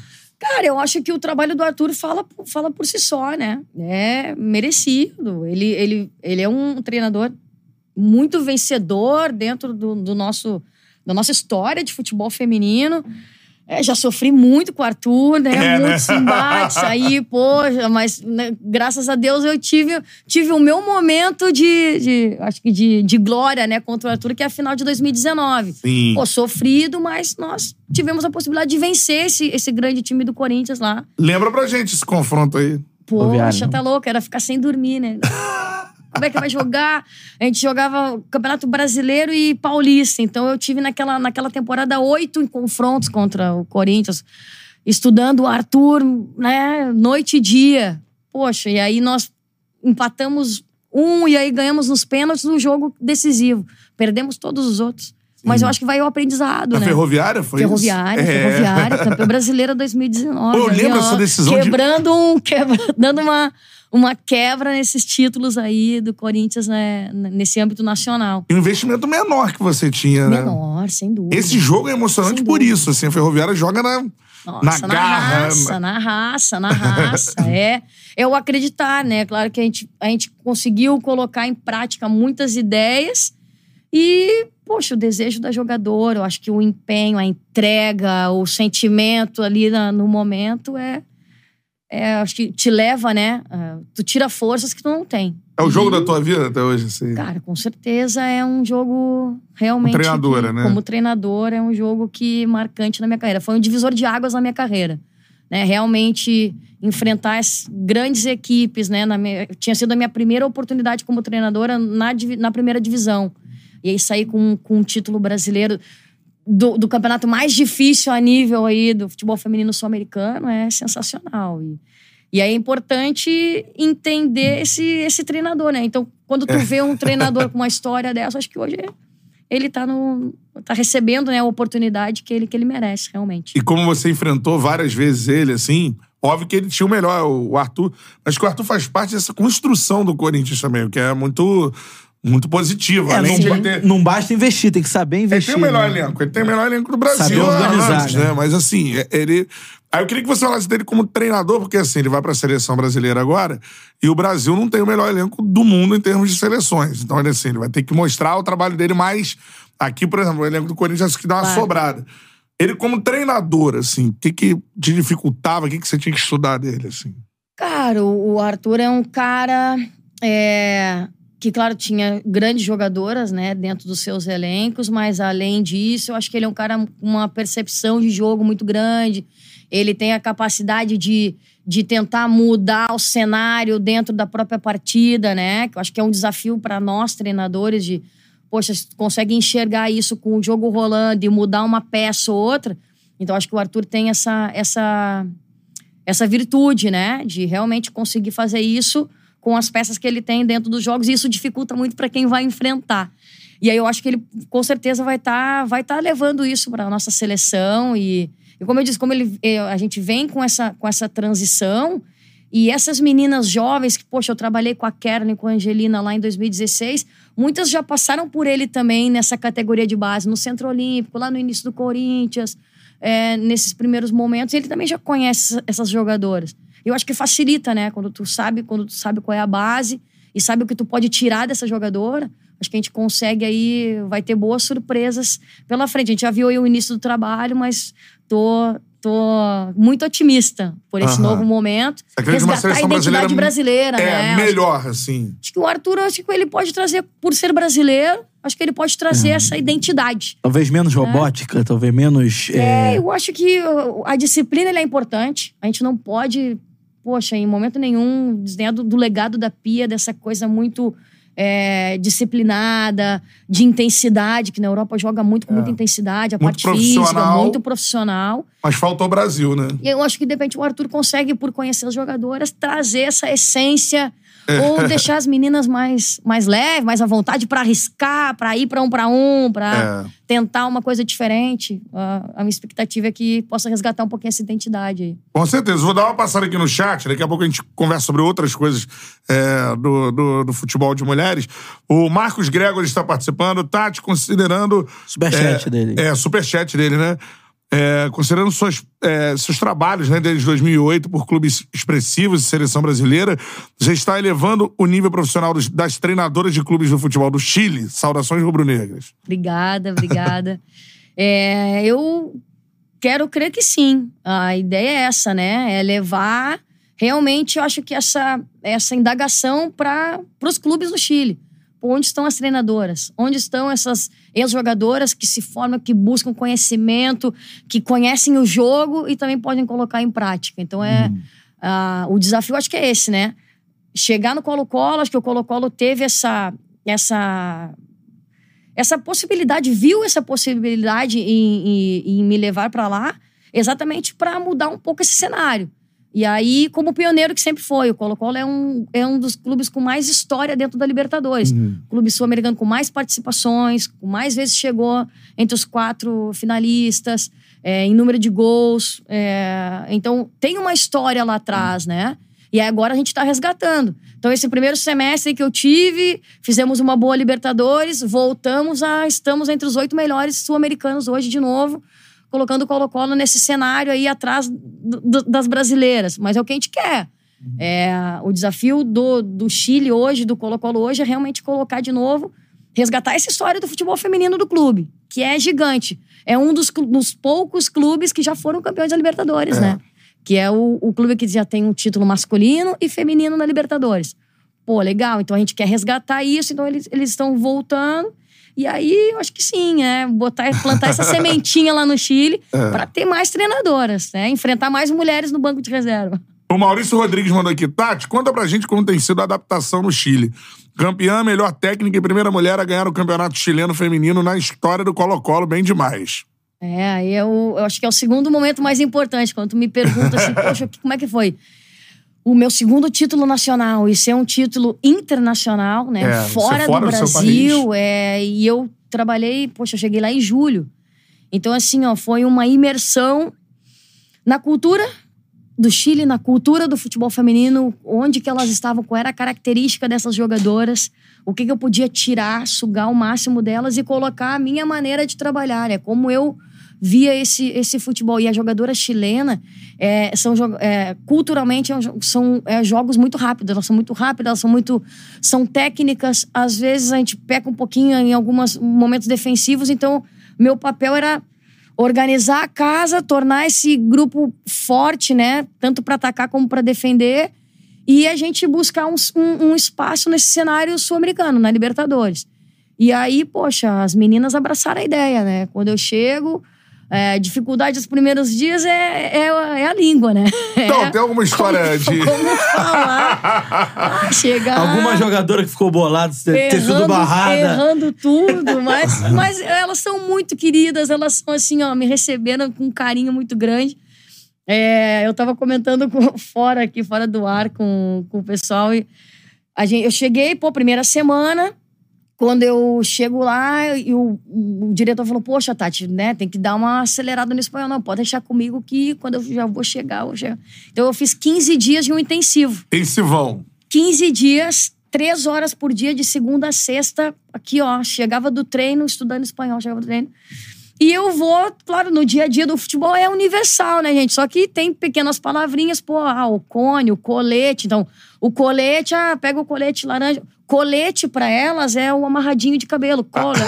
Cara, eu acho que o trabalho do Arthur fala por si só, né? É merecido. Ele é um treinador muito vencedor dentro da nossa história de futebol feminino. Já sofri muito com o Arthur, né? Muitos embates aí, poxa, mas né, graças a Deus eu tive o meu momento acho que de glória, né, contra o Arthur, que é a final de 2019. Sim. Pô, sofrido, mas nós tivemos a possibilidade de vencer esse grande time do Corinthians lá. Lembra pra gente esse confronto aí. Poxa, tá louco, era ficar sem dormir, né? Como é que vai jogar? A gente jogava Campeonato Brasileiro e Paulista. Então eu tive naquela temporada 8 confrontos contra o Corinthians, estudando o Arthur, né, noite e dia. Poxa, e aí nós empatamos e aí ganhamos nos pênaltis no jogo decisivo. Perdemos todos os outros. Mas eu acho que vai o aprendizado, né? Ferroviária foi Ferroviária, campeã brasileira 2019. Pô, eu lembro essa decisão dando uma quebra nesses títulos aí do Corinthians, né, nesse âmbito nacional. E um investimento menor que você tinha, né? Menor, sem dúvida. Esse jogo é emocionante por isso, assim, a Ferroviária joga na garra. Na raça. É o acreditar, né? Claro que a gente conseguiu colocar em prática muitas ideias e, poxa, o desejo da jogadora, eu acho que o empenho, a entrega, o sentimento ali no momento acho que te leva, né? Tu tira forças que tu não tem. É o jogo da tua vida até hoje, assim? Cara, com certeza é um jogo realmente... Como treinadora, né? Como treinadora, é um jogo que marcante na minha carreira. Foi um divisor de águas na minha carreira. Né? Realmente enfrentar as grandes equipes, né? Tinha sido a minha primeira oportunidade como treinadora na primeira divisão. E aí sair com um título brasileiro do campeonato mais difícil a nível aí do futebol feminino sul-americano é sensacional. E aí é importante entender esse treinador, né? Então, quando tu vê um treinador com uma história dessa, acho que hoje ele tá recebendo, né, a oportunidade que ele merece, realmente. E como você enfrentou várias vezes ele, assim, óbvio que ele tinha o melhor, o Arthur, mas que o Arthur faz parte dessa construção do Corinthians também, o que é muito positivo. Não basta investir, tem que saber investir. Ele tem o melhor elenco. Ele tem o melhor elenco do Brasil. Saber organizar, antes, né? Mas assim, Aí eu queria que você falasse dele como treinador, porque assim, ele vai pra seleção brasileira agora, e o Brasil não tem o melhor elenco do mundo em termos de seleções. Então, ele vai ter que mostrar o trabalho dele mais... Aqui, por exemplo, o elenco do Corinthians que dá uma sobrada. Ele como treinador, assim, o que te dificultava? O que você tinha que estudar dele, assim? Cara, o Arthur é um cara... que, claro, tinha grandes jogadoras, né, dentro dos seus elencos, mas, além disso, eu acho que ele é um cara com uma percepção de jogo muito grande. Ele tem a capacidade de tentar mudar o cenário dentro da própria partida, né, que eu acho que é um desafio para nós, treinadores, poxa, se tu consegue enxergar isso com o jogo rolando e mudar uma peça ou outra. Então, acho que o Arthur tem essa virtude, né, de realmente conseguir fazer isso com as peças que ele tem dentro dos jogos, e isso dificulta muito para quem vai enfrentar. E aí eu acho que ele, com certeza, vai tá levando isso para a nossa seleção. E como eu disse, a gente vem com essa transição, e essas meninas jovens, que, poxa, eu trabalhei com a Keren, com a Angelina lá em 2016, muitas já passaram por ele também nessa categoria de base, no Centro Olímpico, lá no início do Corinthians, nesses primeiros momentos. Ele também já conhece essas jogadoras. Eu acho que facilita, né? Quando tu sabe qual é a base e sabe o que tu pode tirar dessa jogadora, acho que a gente consegue aí, vai ter boas surpresas pela frente. A gente já viu aí o início do trabalho, mas tô muito otimista por esse novo momento. Resgatar a identidade brasileira, né? Melhor, assim. Acho que o Arthur, ele pode trazer, por ser brasileiro, acho que ele pode trazer essa identidade. Talvez menos robótica, talvez menos... Eu acho que a disciplina é importante. A gente não pode... Poxa, em momento nenhum, desdenhar do legado da Pia, dessa coisa muito disciplinada, de intensidade, que na Europa joga muito com muita intensidade, a muito parte física, muito profissional. Mas faltou o Brasil, né? E eu acho que, de repente, o Arthur consegue, por conhecer as jogadoras, trazer essa essência, ou deixar as meninas mais leves, mais à vontade para arriscar, para ir para um, para tentar uma coisa diferente. A minha expectativa é que possa resgatar um pouquinho essa identidade aí. Com certeza. Vou dar uma passada aqui no chat, daqui a pouco a gente conversa sobre outras coisas do futebol de mulheres. O Marcos Gregor está participando, Tati, considerando... Superchat dele. Superchat dele, né? considerando seus trabalhos, né, desde 2008 por clubes expressivos e seleção brasileira, já está elevando o nível profissional das treinadoras de clubes do futebol do Chile. Saudações rubro-negras. Obrigada. Eu quero crer que sim. A ideia é essa, né? É levar realmente, eu acho que essa indagação para os clubes do Chile. Onde estão as treinadoras? Onde estão essas ex-jogadoras que se formam, que buscam conhecimento, que conhecem o jogo e também podem colocar em prática? Então, o desafio, acho que é esse, né? Chegar no Colo-Colo, acho que o Colo-Colo teve essa possibilidade, viu essa possibilidade em me levar para lá, exatamente para mudar um pouco esse cenário. E aí, como pioneiro que sempre foi, o Colo-Colo é um dos clubes com mais história dentro da Libertadores. Clube sul-americano com mais participações, com mais vezes chegou entre os 4 finalistas, em número de gols. Então, tem uma história lá atrás, né? E agora a gente está resgatando. Então, esse primeiro semestre que eu tive, fizemos uma boa Libertadores, estamos entre os 8 melhores sul-americanos hoje de novo, colocando o Colo-Colo nesse cenário aí atrás das brasileiras. Mas é o que a gente quer. O desafio do Chile hoje, do Colo-Colo hoje, é realmente colocar de novo, resgatar essa história do futebol feminino do clube, que é gigante. É um dos poucos clubes que já foram campeões da Libertadores, né? Que é o clube que já tem um título masculino e feminino na Libertadores. Pô, legal. Então a gente quer resgatar isso, então eles estão voltando. E aí, eu acho que sim, plantar essa sementinha lá no Chile para ter mais treinadoras, né? Enfrentar mais mulheres no banco de reserva. O Maurício Rodrigues mandou aqui. Tati, conta pra gente como tem sido a adaptação no Chile. Campeã, melhor técnica e primeira mulher a ganhar o campeonato chileno feminino na história do Colo-Colo, bem demais. Eu acho que é o segundo momento mais importante, quando tu me pergunta assim, poxa, como é que foi? O meu segundo título nacional, isso é um título internacional, né? Fora do Brasil. E eu trabalhei, eu cheguei lá em julho. Então, assim, foi uma imersão na cultura do Chile, na cultura do futebol feminino, onde que elas estavam, qual era a característica dessas jogadoras, o que eu podia tirar, sugar o máximo delas e colocar a minha maneira de trabalhar, né? Como eu via esse futebol. E a jogadora chilena, culturalmente, são jogos muito rápidos. Elas são muito rápidas, são técnicas. Às vezes a gente peca um pouquinho em alguns momentos defensivos. Então, meu papel era organizar a casa, tornar esse grupo forte, né? Tanto para atacar como para defender. E a gente buscar um espaço nesse cenário sul-americano, na Libertadores. E aí, as meninas abraçaram a ideia, né? Quando eu chego... dificuldade dos primeiros dias é a língua, né? Então, tem alguma história de... Como falar? Chegar... Alguma jogadora que ficou bolada, ter sido barrada. Errando tudo, mas elas são muito queridas, elas são assim, me receberam com um carinho muito grande. Eu tava comentando fora do ar com o pessoal e eu cheguei, primeira semana... Quando eu chego lá, e o diretor falou, poxa, Tati, né, tem que dar uma acelerada no espanhol. Não, pode deixar comigo que quando eu já vou chegar, Então eu fiz 15 dias de um intensivo. Intensivão. 15 dias, 3 horas por dia, de segunda a sexta, aqui, chegava do treino, estudando espanhol, chegava do treino. E eu vou, claro, no dia a dia do futebol é universal, né, gente? Só que tem pequenas palavrinhas, o cone, o colete. Então, o colete, pega o colete laranja. Colete, pra elas, é o amarradinho de cabelo.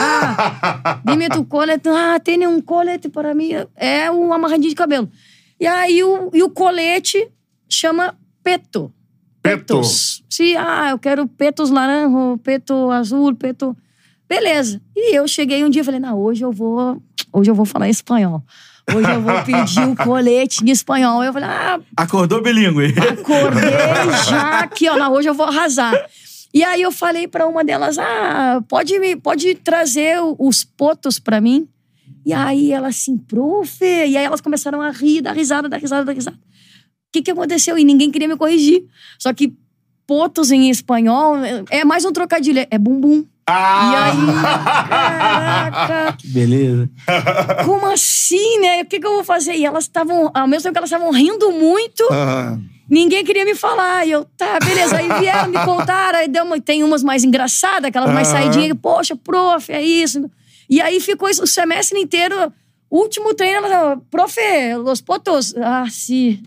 Dime tu colete. Tem um colete para mim. É o amarradinho de cabelo. E aí, o colete chama peto. Petos. Sim, eu quero petos laranja, peto azul, peto... Beleza. E eu cheguei um dia e falei, hoje eu vou falar espanhol. Hoje eu vou pedir o colete em espanhol. Eu falei, Acordou bilíngue. Acordei já aqui, hoje eu vou arrasar. E aí eu falei pra uma delas, pode trazer os potos pra mim? E aí ela assim, profe... E aí elas começaram a rir, dar risada. O que aconteceu? E ninguém queria me corrigir. Só que potos em espanhol é mais um trocadilho, é bumbum. E aí, caraca... Que beleza. Como assim, né? O que eu vou fazer? E elas estavam, ao mesmo tempo que elas estavam rindo muito... Ninguém queria me falar. E eu, beleza. Aí vieram, me contaram. Aí tem umas mais engraçadas, aquelas mais saidinhas. Poxa, prof, é isso. E aí ficou o semestre inteiro Último treino, profe, los potos. Ah, sim.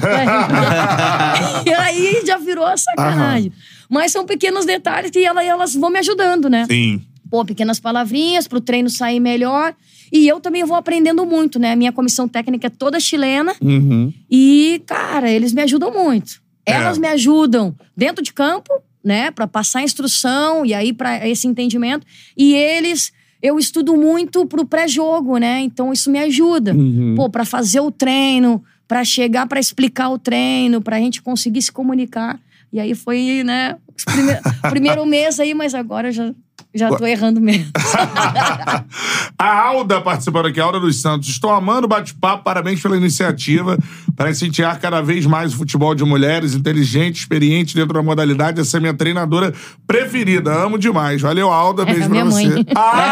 E aí já virou a sacanagem. Mas são pequenos detalhes que elas vão me ajudando, né? Sim. Pô, pequenas palavrinhas pro treino sair melhor. E eu também vou aprendendo muito, né? A minha comissão técnica é toda chilena. E, cara, eles me ajudam muito. Elas me ajudam dentro de campo, né? Pra passar instrução e aí pra esse entendimento. E eu estudo muito pro pré-jogo, né? Então isso me ajuda. Pô, pra fazer o treino, pra chegar pra explicar o treino, pra gente conseguir se comunicar. E aí foi, né? Primeiro mês aí, mas agora já tô errando mesmo. A Alda participando aqui, a Alda dos Santos. Estou amando o bate-papo, parabéns pela iniciativa para incentivar cada vez mais o futebol de mulheres, inteligente, experiente dentro da modalidade. Essa é a minha treinadora preferida. Amo demais. Valeu, Alda. Beijo pra você. Mãe.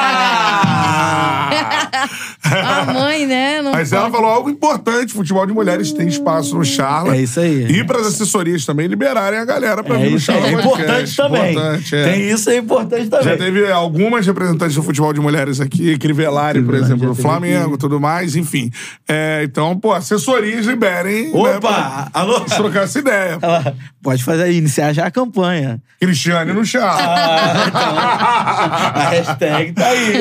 A mãe, né? Mas ela falou algo importante. Futebol de mulheres tem espaço no Charla. É isso aí. E para as assessorias também liberarem a galera para vir no Charla. É importante também. Tem isso, é importante também. Já teve algumas representantes do futebol de mulheres aqui, Crivellari, por exemplo, do Flamengo, tudo mais, enfim. Então, pô, assessorias liberem. Opa! Né, alô? Trocar essa ideia. Pode iniciar já a campanha. Cristiane no Charla. Então, a hashtag tá aí.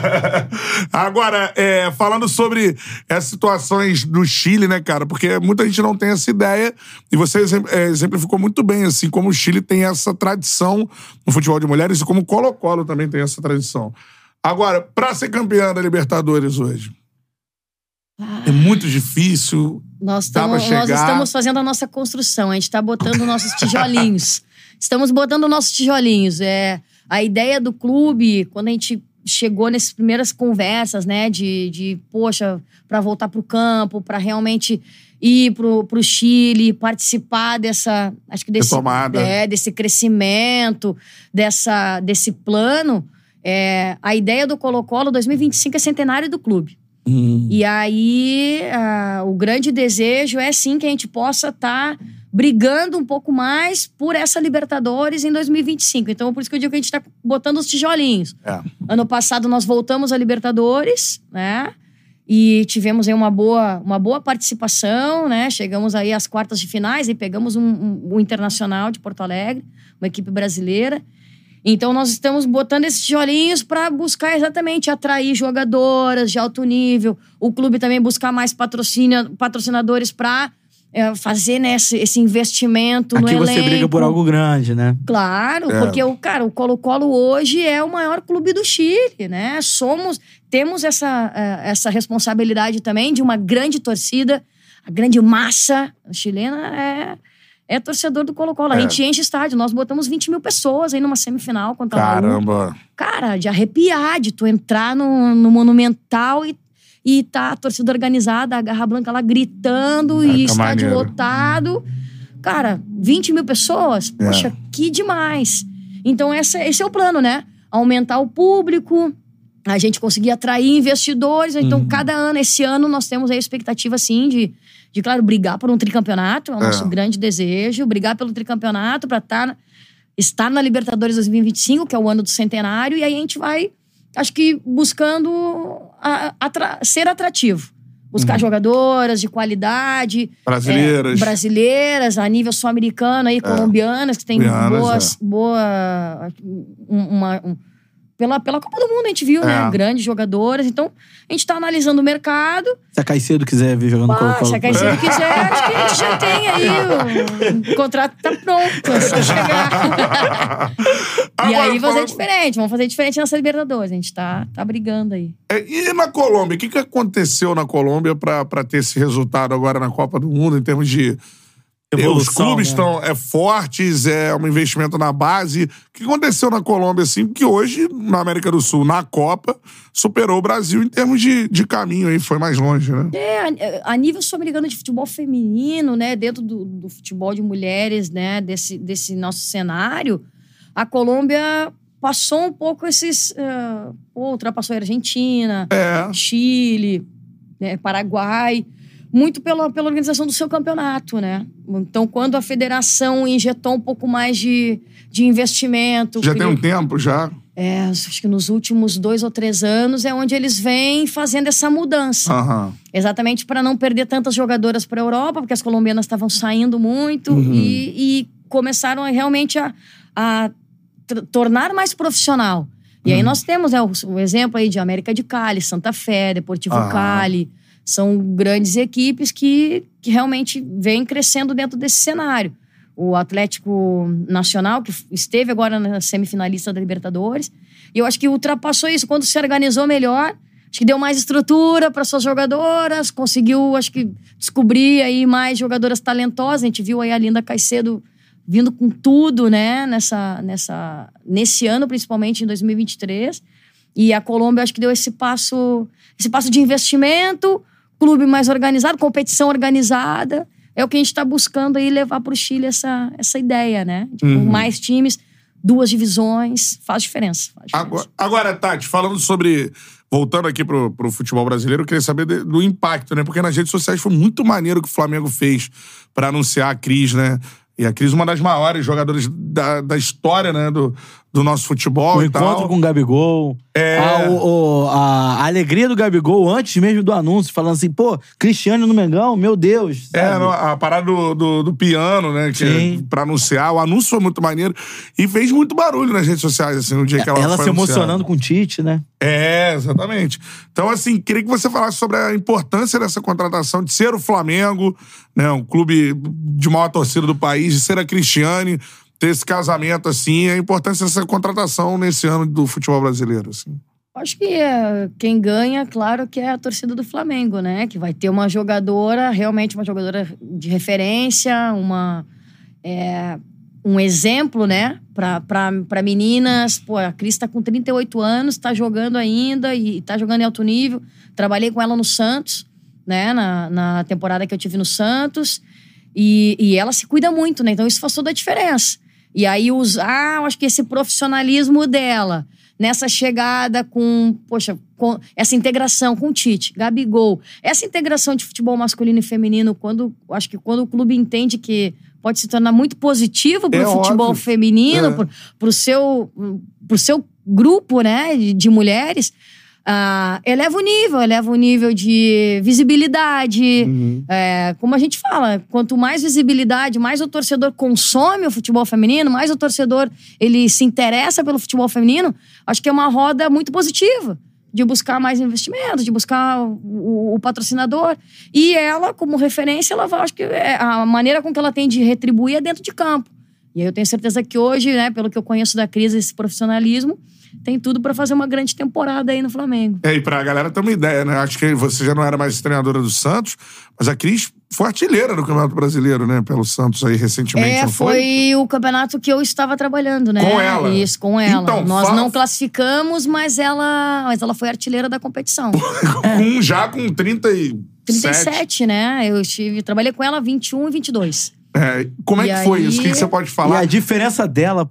Agora, falando sobre as situações do Chile, né, cara? Porque muita gente não tem essa ideia. E você exemplificou muito bem, assim, como o Chile tem essa tradição no futebol de mulheres e como o Colo-Colo também tem essa tradição. Agora, pra ser campeã da Libertadores hoje, é muito difícil. Nós estamos fazendo a nossa construção. A gente tá botando nossos tijolinhos. Estamos botando nossos tijolinhos. A ideia do clube, quando a gente chegou nessas primeiras conversas, né, poxa, pra voltar pro campo, pra realmente ir pro Chile, participar dessa, acho que desse crescimento, desse plano, a ideia do Colo-Colo 2025 é centenário do clube. E aí, o grande desejo é sim que a gente possa estar brigando um pouco mais por essa Libertadores em 2025. Então, por isso que eu digo que a gente está botando os tijolinhos. Ano passado nós voltamos à Libertadores, né? E tivemos aí uma boa participação, né? Chegamos aí às quartas de finais e pegamos um Internacional de Porto Alegre, uma equipe brasileira. Então, nós estamos botando esses tijolinhos para buscar exatamente atrair jogadoras de alto nível. O clube também buscar mais patrocinadores para fazer, né, esse investimento no elenco. Aqui você briga por algo grande, né? Claro, porque o Colo-Colo hoje é o maior clube do Chile, né? Temos essa responsabilidade também de uma grande torcida, a grande massa chilena é torcedor do Colo-Colo. A gente enche estádio. Nós botamos 20 mil pessoas aí numa semifinal contra a Laú. Caramba! Cara, de arrepiar, de tu entrar no Monumental e tá a torcida organizada, a Garra Blanca lá gritando e estádio lotado. Cara, 20 mil pessoas? Poxa, que demais! Então esse é o plano, né? Aumentar o público, a gente conseguir atrair investidores. Então, cada ano, esse ano, nós temos a expectativa, assim, de, claro, brigar por um tricampeonato. É o nosso grande desejo. Brigar pelo tricampeonato para estar na Libertadores 2025, que é o ano do centenário. E aí a gente vai, acho que, buscando ser atrativo. Buscar jogadoras de qualidade. Brasileiras, a nível sul-americano, aí, colombianas, que tem Pela Copa do Mundo a gente viu, né? Grandes jogadoras. Então, a gente tá analisando o mercado. Se a Caicedo quiser vir jogando Colo-Colo. Se a Caicedo quiser, acho que a gente já tem aí. O contrato tá pronto, é só chegar. E aí vamos fazer diferente nessa Libertadores. A gente tá brigando aí. E na Colômbia? O que aconteceu na Colômbia pra ter esse resultado agora na Copa do Mundo, em termos de... Evolução, os clubes estão fortes, um investimento na base. O que aconteceu na Colômbia, assim? Porque hoje, na América do Sul, na Copa, superou o Brasil em termos de caminho aí, foi mais longe, né? A nível sul-americano de futebol feminino, né? Dentro do futebol de mulheres, né? Desse nosso cenário, a Colômbia passou um pouco ultrapassou a Argentina, Chile, né, Paraguai. Muito pela organização do seu campeonato, né? Então, quando a federação injetou um pouco mais de investimento... Já tem um tempo, já? acho que nos últimos 2 ou 3 anos, é onde eles vêm fazendo essa mudança. Exatamente para não perder tantas jogadoras para a Europa, porque as colombianas estavam saindo muito e começaram realmente a tornar mais profissional. E aí nós temos, né, o exemplo aí de América de Cali, Santa Fé, Deportivo Cali. São grandes equipes que realmente vêm crescendo dentro desse cenário. O Atlético Nacional, que esteve agora na semifinalista da Libertadores. E eu acho que ultrapassou isso. Quando se organizou melhor, acho que deu mais estrutura para suas jogadoras, conseguiu, acho que, descobrir aí mais jogadoras talentosas. A gente viu aí a Linda Caicedo vindo com tudo, né, nesse ano, principalmente em 2023. E a Colômbia, acho que deu esse passo de investimento, clube mais organizado, competição organizada. É o que a gente está buscando aí, levar para o Chile essa ideia, né? Mais times, 2 divisões, faz diferença. Agora, Tati, falando sobre... Voltando aqui pro futebol brasileiro, eu queria saber do impacto, né? Porque nas redes sociais foi muito maneiro o que o Flamengo fez para anunciar a Cris, né? E a Cris, uma das maiores jogadoras da história, né? Do nosso futebol e tal. O encontro com o Gabigol. A alegria do Gabigol antes mesmo do anúncio, falando assim, pô, Cristiano no Mengão, meu Deus. Sabe? A parada do piano, né? Pra anunciar. O anúncio foi muito maneiro. E fez muito barulho nas redes sociais, assim, no dia que ela foi anunciada. Se emocionando com o Tite, né? Exatamente. Então, assim, queria que você falasse sobre a importância dessa contratação, de ser o Flamengo, né? Um clube de maior torcida do país, de ser a Cristiane, ter esse casamento, assim, a importância dessa contratação nesse ano do futebol brasileiro, assim. Acho que quem ganha, claro, que é a torcida do Flamengo, né? Que vai ter uma jogadora, realmente uma jogadora de referência, um exemplo, né? Pra meninas. Pô, a Cris tá com 38 anos, tá jogando ainda e tá jogando em alto nível. Trabalhei com ela no Santos, né? Na temporada que eu tive no Santos. E ela se cuida muito, né? Então isso faz toda a diferença. E aí eu acho que esse profissionalismo dela, nessa chegada com essa integração com o Tite, Gabigol, essa integração de futebol masculino e feminino, acho que quando o clube entende que pode se tornar muito positivo pro futebol feminino, pro seu grupo, né, de mulheres, eleva o nível de visibilidade. Como a gente fala, quanto mais visibilidade, mais o torcedor consome o futebol feminino, mais o torcedor ele se interessa pelo futebol feminino. Acho que é uma roda muito positiva de buscar mais investimentos, de buscar o patrocinador. E ela, como referência, acho que a maneira com que ela tem de retribuir é dentro de campo. E aí eu tenho certeza que hoje, né, pelo que eu conheço da Cris, esse profissionalismo, tem tudo pra fazer uma grande temporada aí no Flamengo. E pra galera ter uma ideia, né? Acho que você já não era mais treinadora do Santos, mas a Cris foi artilheira do Campeonato Brasileiro, né? Pelo Santos aí recentemente, não foi? Foi o campeonato que eu estava trabalhando, né? Com ela? Isso, com ela. Então, nós não classificamos, mas ela foi artilheira da competição. Já com 37, né? Trabalhei com ela 21 e 22. Como é que foi isso? O que você pode falar? E a diferença dela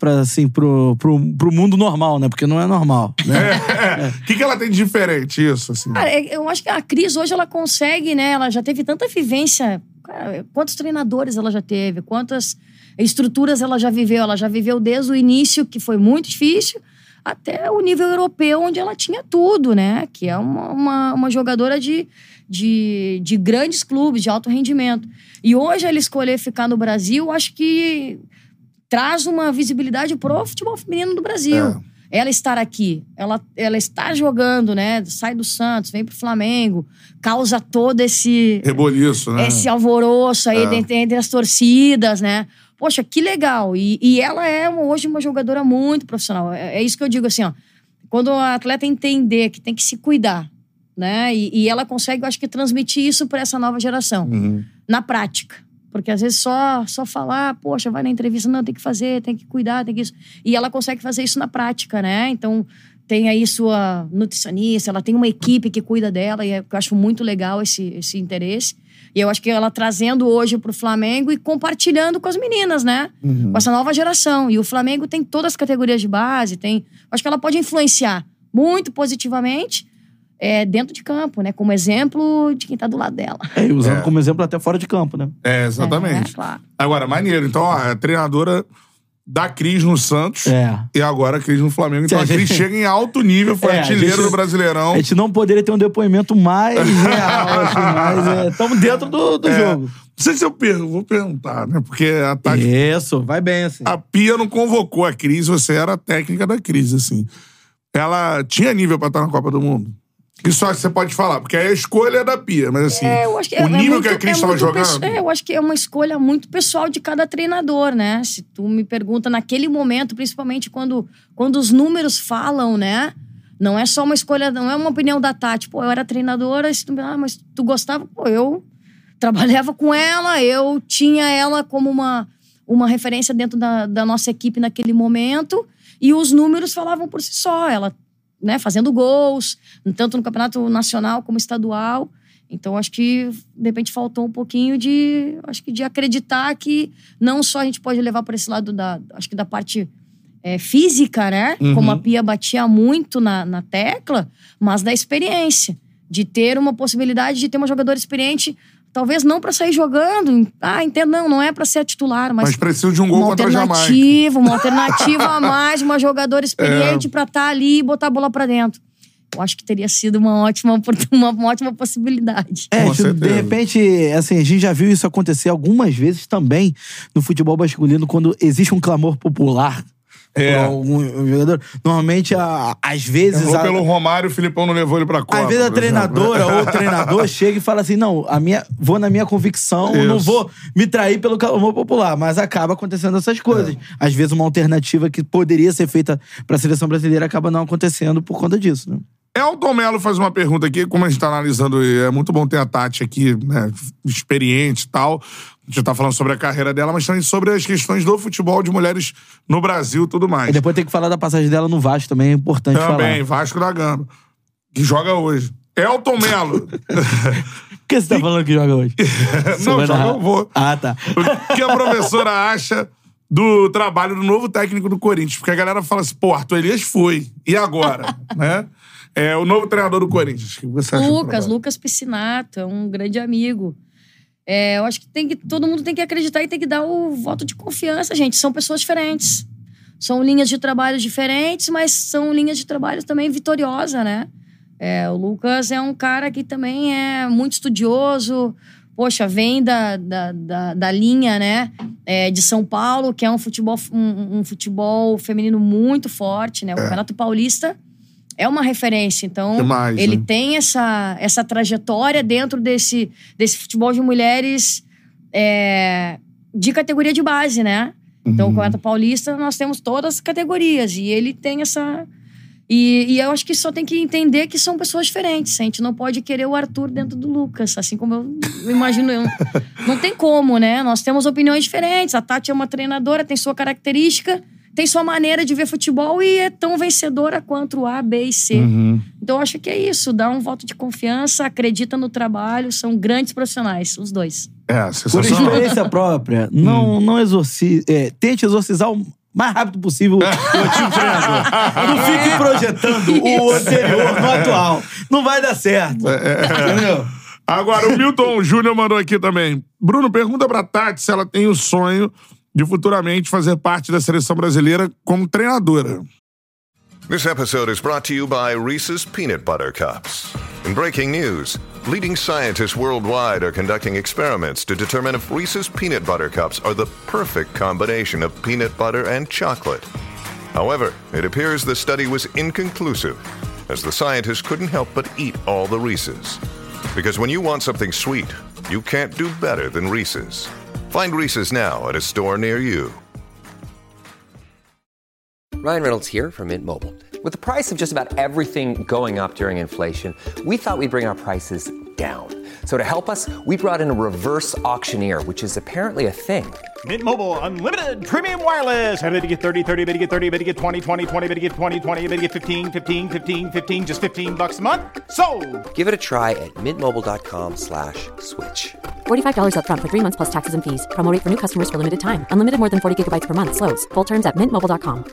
pro mundo normal, né? Porque não é normal, né? O que ela tem de diferente, isso? Assim? Cara, eu acho que a Cris hoje, ela consegue, né? Ela já teve tanta vivência. Cara, quantos treinadores ela já teve? Quantas estruturas ela já viveu? Ela já viveu desde o início, que foi muito difícil, até o nível europeu, onde ela tinha tudo, né? Que é uma jogadora de grandes clubes, de alto rendimento. E hoje ela escolher ficar no Brasil, acho que traz uma visibilidade pro futebol feminino do Brasil. Ela estar aqui, ela está jogando, né? Sai do Santos, vem pro Flamengo, causa todo esse... reboliço, né? Esse alvoroço aí entre as torcidas, né? Poxa, que legal. E ela é hoje uma jogadora muito profissional. É isso que eu digo assim, ó. Quando a atleta entender que tem que se cuidar, né? E ela consegue, eu acho que, transmitir isso para essa nova geração. Na prática. Porque às vezes só falar, poxa, vai na entrevista, não, tem que fazer, tem que cuidar, tem que isso. E ela consegue fazer isso na prática, né? Então, tem aí sua nutricionista, ela tem uma equipe que cuida dela, e eu acho muito legal esse interesse. E eu acho que ela trazendo hoje pro Flamengo e compartilhando com as meninas, né? Com essa nova geração. E o Flamengo tem todas as categorias de base, acho que ela pode influenciar muito positivamente dentro de campo, né? Como exemplo de quem tá do lado dela. Usando como exemplo até fora de campo, né? Exatamente. Claro. Agora, maneiro. Então, a treinadora da Cris no Santos e agora a Cris no Flamengo. Então a Cris chega em alto nível, foi artilheiro do Brasileirão. A gente não poderia ter um depoimento mais real, assim, mas estamos dentro do jogo. Não sei se eu vou perguntar, né? Porque a Tati... Isso, vai bem, assim. A Pia não convocou a Cris, você era a técnica da Cris, assim. Ela tinha nível pra estar na Copa do Mundo? Isso acho que você pode falar, porque a escolha é da Pia, mas assim, eu acho que o nível que a Cris estava jogando... Eu acho que é uma escolha muito pessoal de cada treinador, né? Se tu me pergunta naquele momento, principalmente quando os números falam, né? Não é só uma escolha, não é uma opinião da Tati. Pô, eu era treinadora, mas tu gostava? Pô, eu trabalhava com ela, eu tinha ela como uma referência dentro da nossa equipe naquele momento, e os números falavam por si só. Ela, né, fazendo gols, tanto no campeonato nacional como estadual. Então, acho que, de repente, faltou um pouquinho de acreditar que não só a gente pode levar por esse lado da parte física, né? Uhum. Como a Pia batia muito na tecla, mas da experiência. De ter uma possibilidade de ter uma jogadora experiente, talvez não pra sair jogando. Entendo, não é pra ser titular, mas precisa de um gol contra a Jamaica. Uma alternativa a mais, uma jogadora experiente pra estar ali e botar a bola pra dentro. Eu acho que teria sido uma ótima possibilidade. De repente, assim, a gente já viu isso acontecer algumas vezes também no futebol masculino, quando existe um clamor popular por algum jogador. Normalmente, às vezes... pelo Romário, o Filipão não levou ele pra Copa. Às vezes a treinadora ou o treinador chega e fala assim, não, vou na minha convicção, não vou me trair pelo clamor popular, mas acaba acontecendo essas coisas. Às vezes uma alternativa que poderia ser feita pra seleção brasileira acaba não acontecendo por conta disso, né? Elton Melo faz uma pergunta aqui, como a gente tá analisando, é muito bom ter a Tati aqui, né, experiente e tal. A gente tá falando sobre a carreira dela, mas também sobre as questões do futebol de mulheres no Brasil e tudo mais. E depois tem que falar da passagem dela no Vasco também, é importante falar. Também, Vasco da Gama, que joga hoje. Elton Melo. Por que você tá falando que joga hoje? Não, joga eu vou. Tá. O que a professora acha do trabalho do novo técnico do Corinthians? Porque a galera fala assim, pô, Arthur Elias foi. E agora? Né? O novo treinador do Corinthians. O que você acha? Lucas Piscinato, é um grande amigo. Eu acho que todo mundo tem que acreditar e tem que dar o voto de confiança, gente. São pessoas diferentes. São linhas de trabalho diferentes, mas são linhas de trabalho também vitoriosas, né? O Lucas é um cara que também é muito estudioso. Poxa, vem da linha, né? De São Paulo, que é um futebol feminino muito forte, né? O Campeonato Paulista é uma referência. Então, demais, ele né? tem essa trajetória dentro desse futebol de mulheres de categoria de base, né? Então, o Campeonato Paulista, nós temos todas as categorias. E ele tem essa... E eu acho que só tem que entender que são pessoas diferentes. A gente não pode querer o Arthur dentro do Lucas, assim como eu imagino. Não tem como, né? Nós temos opiniões diferentes. A Tati é uma treinadora, tem sua característica, tem sua maneira de ver futebol e é tão vencedora quanto o A, B e C. Então, eu acho que é isso. Dá um voto de confiança, acredita no trabalho. São grandes profissionais, os dois. Por experiência própria, não exorcize... tente exorcizar o mais rápido possível o antigo treinador. Não fique projetando o anterior no atual. Não vai dar certo. Entendeu? Agora, o Milton Júnior mandou aqui também. Bruno, pergunta pra Tati se ela tem o sonho de futuramente fazer parte da seleção brasileira como treinadora. This episode is brought to you by Reese's Peanut Butter Cups. In breaking news, leading scientists worldwide are conducting experiments to determine if Reese's Peanut Butter Cups are the perfect combination of peanut butter and chocolate. However, it appears the study was inconclusive, as the scientists couldn't help but eat all the Reese's. Because when you want something sweet, you can't do better than Reese's. Find Reese's now at a store near you. Ryan Reynolds here from Mint Mobile. With the price of just about everything going up during inflation, we thought we'd bring our prices down. So to help us, we brought in a reverse auctioneer, which is apparently a thing. Mint Mobile Unlimited Premium Wireless. How to get 30, 30, bit to get 30, bit to get 20, 20, 20, bit to get 20, 20, bit to get 15, 15, 15, 15, just $15 a month? Sold! Give it a try at mintmobile.com/switch. $45 up front for 3 months plus taxes and fees. Promo rate for new customers for limited time. Unlimited more than 40 gigabytes per month. Slows full terms at mintmobile.com.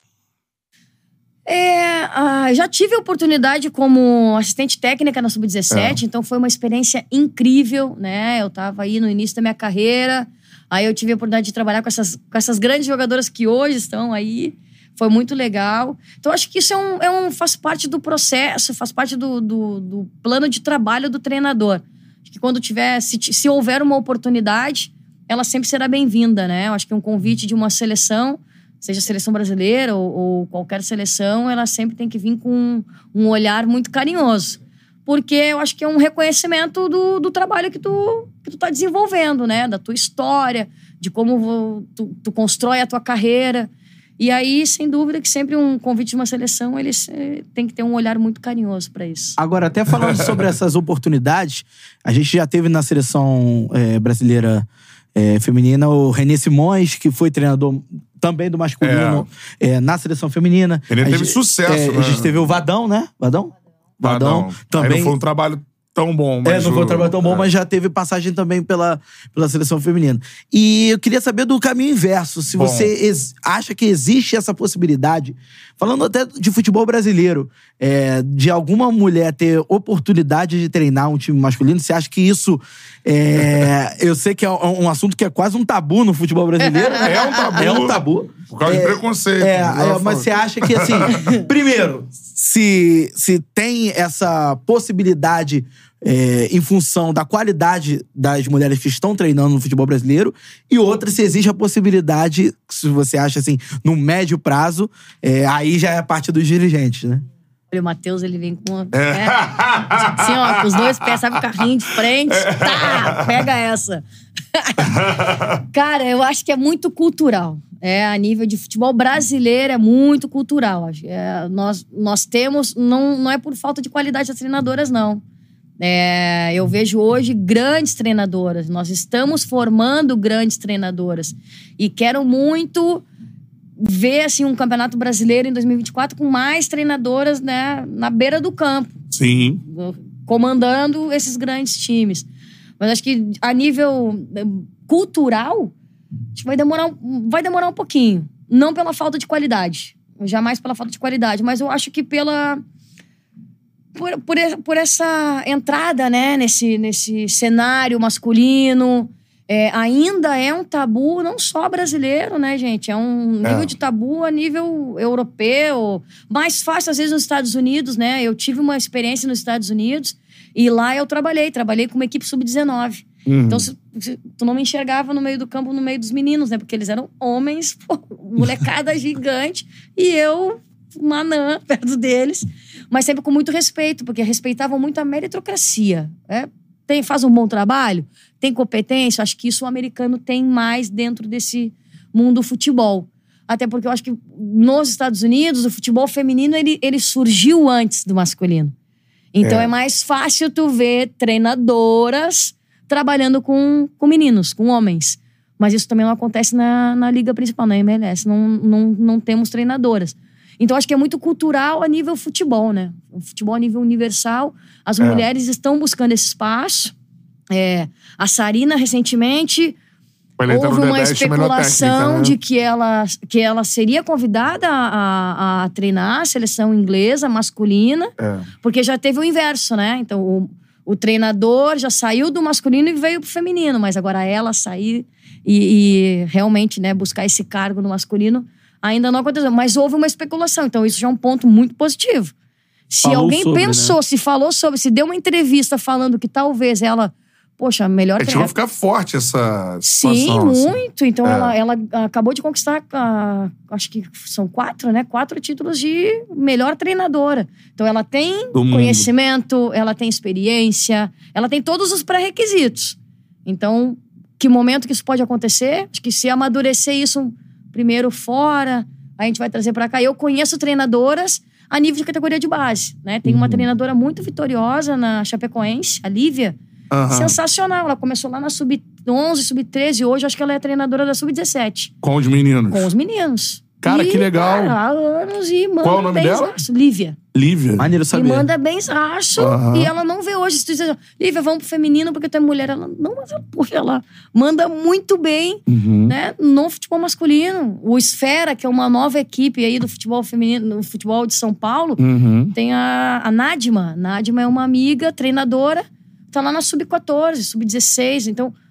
Já tive a oportunidade como assistente técnica na Sub-17, então foi uma experiência incrível, né? Eu tava aí no início da minha carreira, Aí eu tive a oportunidade de trabalhar com essas grandes jogadoras que hoje estão aí. Foi muito legal. Então, acho que isso faz parte do processo, faz parte do plano de trabalho do treinador. Acho que quando se houver uma oportunidade, ela sempre será bem-vinda, né? Eu acho que um convite de uma seleção, seja a seleção brasileira ou qualquer seleção, ela sempre tem que vir com um olhar muito carinhoso. Porque eu acho que é um reconhecimento do trabalho que tu tá desenvolvendo, né? Da tua história, de como tu constrói a tua carreira. E aí, sem dúvida, que sempre um convite de uma seleção, eles tem que ter um olhar muito carinhoso para isso. Agora, até falando sobre essas oportunidades, a gente já teve na seleção brasileira feminina o René Simões, que foi treinador também do masculino na seleção feminina. Ele teve sucesso, né? A gente teve o Vadão, né? Vadão também. Aí não foi um trabalho tão bom. Mas não foi um trabalho tão bom, mas já teve passagem também pela seleção feminina. E eu queria saber do caminho inverso. Se você acha que existe essa possibilidade, falando até de futebol brasileiro, de alguma mulher ter oportunidade de treinar um time masculino, você acha que isso... eu sei que é um assunto que é quase um tabu no futebol brasileiro. É um tabu. É um tabu. Por causa de preconceito. Mas você acha que, assim... primeiro, se tem essa possibilidade... em função da qualidade das mulheres que estão treinando no futebol brasileiro, e outra, se existe a possibilidade, se você acha assim, no médio prazo, aí já é a parte dos dirigentes, né? Olha, o Matheus, ele vem com... assim, ó, com os dois pés, sabe, o carrinho de frente, tá, pega essa. Cara, eu acho que é muito cultural. A nível de futebol brasileiro, é muito cultural. Nós temos... Não é por falta de qualidade das treinadoras, não. Eu vejo hoje grandes treinadoras. Nós estamos formando grandes treinadoras. E quero muito ver assim, um campeonato brasileiro em 2024 com mais treinadoras, né, na beira do campo. Sim. Comandando esses grandes times. Mas acho que a nível cultural, acho que vai demorar um pouquinho. Não pela falta de qualidade. Jamais pela falta de qualidade. Mas eu acho que por essa entrada, né, nesse cenário masculino, ainda é um tabu não só brasileiro, né, gente? É um nível de tabu a nível europeu. Mais fácil, às vezes, nos Estados Unidos, né? Eu tive uma experiência nos Estados Unidos e lá eu trabalhei com uma equipe sub-19. Então, tu não me enxergava no meio do campo, no meio dos meninos, né? Porque eles eram homens, molecada gigante, e eu, uma anã, perto deles. Mas sempre com muito respeito, porque respeitavam muito a meritocracia. Faz um bom trabalho, tem competência. Acho que isso o americano tem mais dentro desse mundo futebol. Até porque eu acho que nos Estados Unidos, o futebol feminino, ele surgiu antes do masculino. Então é mais fácil tu ver treinadoras trabalhando com meninos, com homens. Mas isso também não acontece na liga principal, na MLS. Não temos treinadoras. Então, acho que é muito cultural a nível futebol, né? O futebol a nível universal. As mulheres estão buscando esse espaço. A Sarina, recentemente, houve uma especulação, né, de que ela seria convidada a treinar a seleção inglesa masculina, porque já teve o inverso, né? Então, o treinador já saiu do masculino e veio pro feminino, mas agora ela sair e realmente, né, buscar esse cargo no masculino ainda não aconteceu. Mas houve uma especulação, então isso já é um ponto muito positivo. Se Falou alguém sobre, pensou, né? Se falou sobre, se deu uma entrevista falando que talvez ela... Poxa, melhor A gente vai ficar forte essa situação. Sim, muito. Então, ela acabou de conquistar, acho que são 4, né? 4 títulos de melhor treinadora. Então, ela tem conhecimento, ela tem experiência, ela tem todos os pré-requisitos. Então, que momento que isso pode acontecer? Acho que se amadurecer isso primeiro fora, a gente vai trazer pra cá. Eu conheço treinadoras a nível de categoria de base, né? Tem uma treinadora muito vitoriosa na Chapecoense, a Lívia. Sensacional. Ela começou lá na Sub-11, Sub-13. Hoje, acho que ela é treinadora da Sub-17. Com os meninos. Com os meninos. Cara, que legal. Cara, há anos e manda. Qual é o nome dela? Zaço. Lívia. Lívia. Maneiro saber. E manda bem zaço. E ela não vê hoje. Se tu dizer, Lívia, vamos pro feminino porque tu é mulher. Ela, não, mas ela manda muito bem, né, no futebol masculino. O Esfera, que é uma nova equipe aí do futebol feminino, no futebol de São Paulo, tem a Nadima. Nadima é uma amiga, treinadora, tá lá na Sub-14, Sub-16. Então,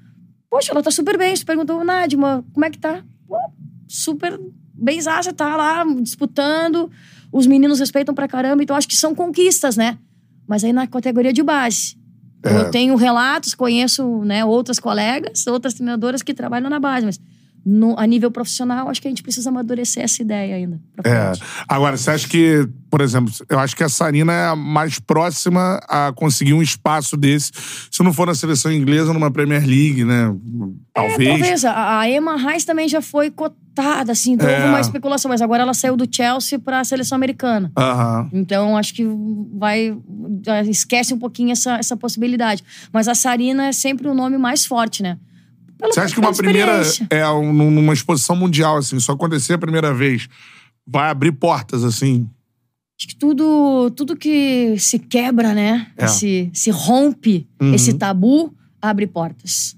Poxa, ela tá super bem. Você perguntou, Nadima, como é que tá? Pô, super benzaça, tá lá disputando. Os meninos respeitam pra caramba. Então, acho que são conquistas, né? Mas aí na categoria de base. Eu tenho relatos, conheço, né, outras colegas, outras treinadoras que trabalham na base, mas a nível profissional, acho que a gente precisa amadurecer essa ideia ainda. Agora, você acha que, por exemplo, eu acho que a Sarina é a mais próxima a conseguir um espaço desse, se não for na seleção inglesa, numa Premier League, né? Talvez. A Emma Hayes também já foi cotada, assim, então houve uma especulação, mas agora ela saiu do Chelsea pra seleção americana. Então, acho que esquece um pouquinho essa possibilidade. Mas a Sarina é sempre o nome mais forte, né? Você acha que uma primeira, numa exposição mundial, assim, só acontecer a primeira vez, vai abrir portas, assim? Acho que tudo que se quebra, né? Se rompe esse tabu, abre portas.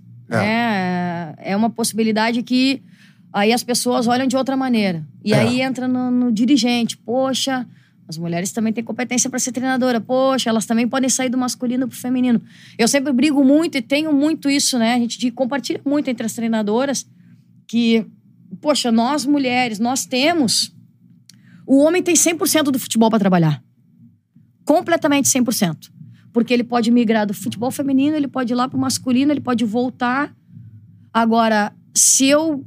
É uma possibilidade que aí as pessoas olham de outra maneira. E aí entra no dirigente. Poxa, as mulheres também têm competência para ser treinadora. Poxa, elas também podem sair do masculino pro feminino. Eu sempre brigo muito e tenho muito isso, né? A gente compartilha muito entre as treinadoras que, poxa, nós mulheres, nós temos... O homem tem 100% do futebol para trabalhar. Completamente 100%. Porque ele pode migrar do futebol feminino, ele pode ir lá pro masculino, ele pode voltar. Agora, se eu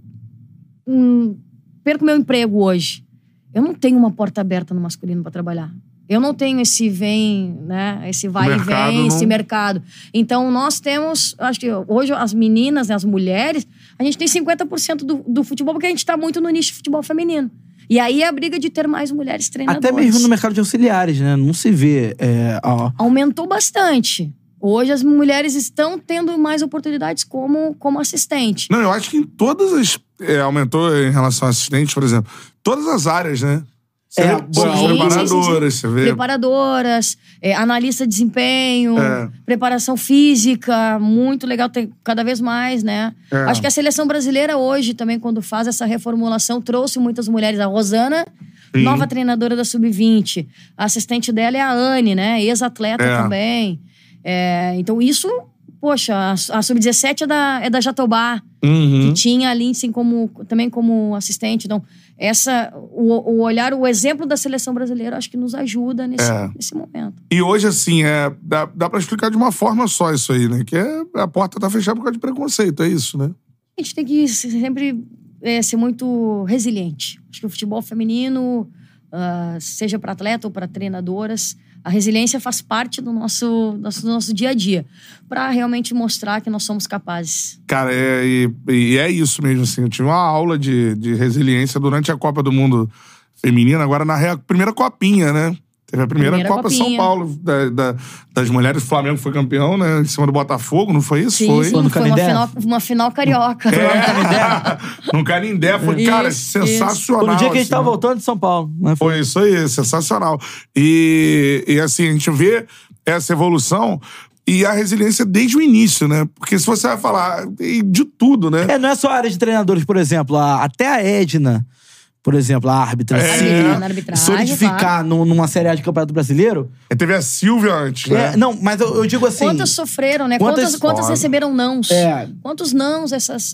perco meu emprego hoje, eu não tenho uma porta aberta no masculino para trabalhar. Eu não tenho esse esse vai e vem, esse mercado. Então, nós temos... Acho que hoje as meninas, né, as mulheres, a gente tem 50% do futebol, porque a gente tá muito no nicho de futebol feminino. E aí é a briga de ter mais mulheres treinadoras. Até mesmo no mercado de auxiliares, né? Não se vê... Aumentou bastante. Hoje as mulheres estão tendo mais oportunidades como assistente. Não, eu acho que em todas as... aumentou em relação a assistente, por exemplo. Todas as áreas, né? Você vê preparadoras, você vê... Preparadoras, analista de desempenho, preparação física, muito legal, tem cada vez mais, né? Acho que a seleção brasileira hoje também, quando faz essa reformulação, trouxe muitas mulheres. A Rosana, nova treinadora da Sub-20. A assistente dela é a Anne, né? Ex-atleta também. Então isso... Poxa, a Sub-17 é da Jatobá, que tinha a Lindsay também como assistente. Então, o olhar, o exemplo da seleção brasileira, acho que nos ajuda nesse momento. E hoje, assim, dá pra explicar de uma forma só isso aí, né? Que a porta tá fechada por causa de preconceito, é isso, né? A gente tem que sempre ser muito resiliente. Acho que o futebol feminino, seja para atleta ou para treinadoras, a resiliência faz parte do nosso dia a dia, para realmente mostrar que nós somos capazes. Cara, e é isso mesmo, assim. Eu tive uma aula de resiliência durante a Copa do Mundo Feminina, agora na primeira copinha, né? Teve a primeira Copa copinha. São Paulo das mulheres. O Flamengo foi campeão, né? Em cima do Botafogo, não foi isso? Sim, foi. Sim, foi uma final carioca. No Canindé. Foi, cara, sensacional. Foi no dia que a gente assim, tava voltando de São Paulo. Né? Foi isso aí, sensacional. E assim, a gente vê essa evolução e a resiliência desde o início, né? Porque se você vai falar de tudo, né? Não é só a área de treinadores, por exemplo. Até a Edna... Por exemplo, a árbitra, se solidificar numa Série A de Campeonato Brasileiro... Teve a Silvia antes, né? Não, mas eu digo assim... Quantas sofreram, né? Quantas receberam nãos? Quantos nãos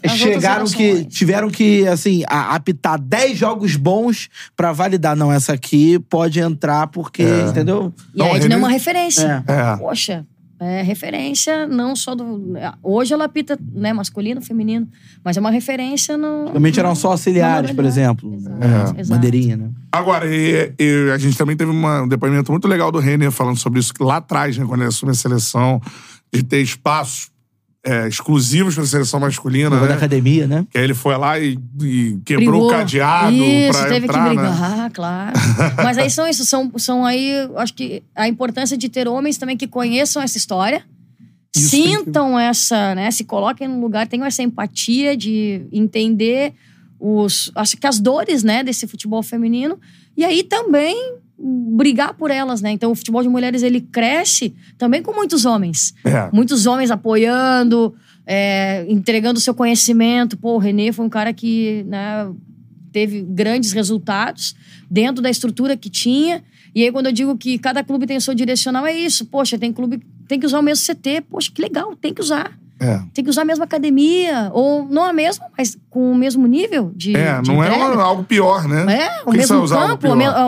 tiveram que, assim, apitar 10 jogos bons pra validar. Não, essa aqui pode entrar porque, entendeu? E a Edna é uma referência. Poxa... referência não só do... Hoje ela apita, né, masculino, feminino, mas é uma referência no... Realmente eram só auxiliares, por exemplo. Exato. Bandeirinha, né? Agora, a gente também teve um depoimento muito legal do Renner falando sobre isso lá atrás, né, quando ele assumiu a seleção, de ter espaços exclusivos para a seleção masculina, né? Da academia, né? Que aí ele foi lá e quebrou o cadeado pra teve entrar, que brigar, né? Claro. Mas aí são aí, acho que a importância de ter homens também que conheçam essa história, sintam essa, né? Se coloquem no lugar, tenham essa empatia de entender acho que as dores, né, desse futebol feminino, e aí também brigar por elas, né? Então o futebol de mulheres, ele cresce também com muitos homens. Muitos homens apoiando, entregando seu conhecimento. Pô, o René foi um cara que, né, teve grandes resultados dentro da estrutura que tinha. E aí, quando eu digo que cada clube tem o seu direcional, é isso. Poxa, tem clube que tem que usar o mesmo CT. Poxa, que legal, tem que usar. Tem que usar a mesma academia. Ou não a mesma, mas com o mesmo nível de não treino. é algo pior, né? O mesmo campo,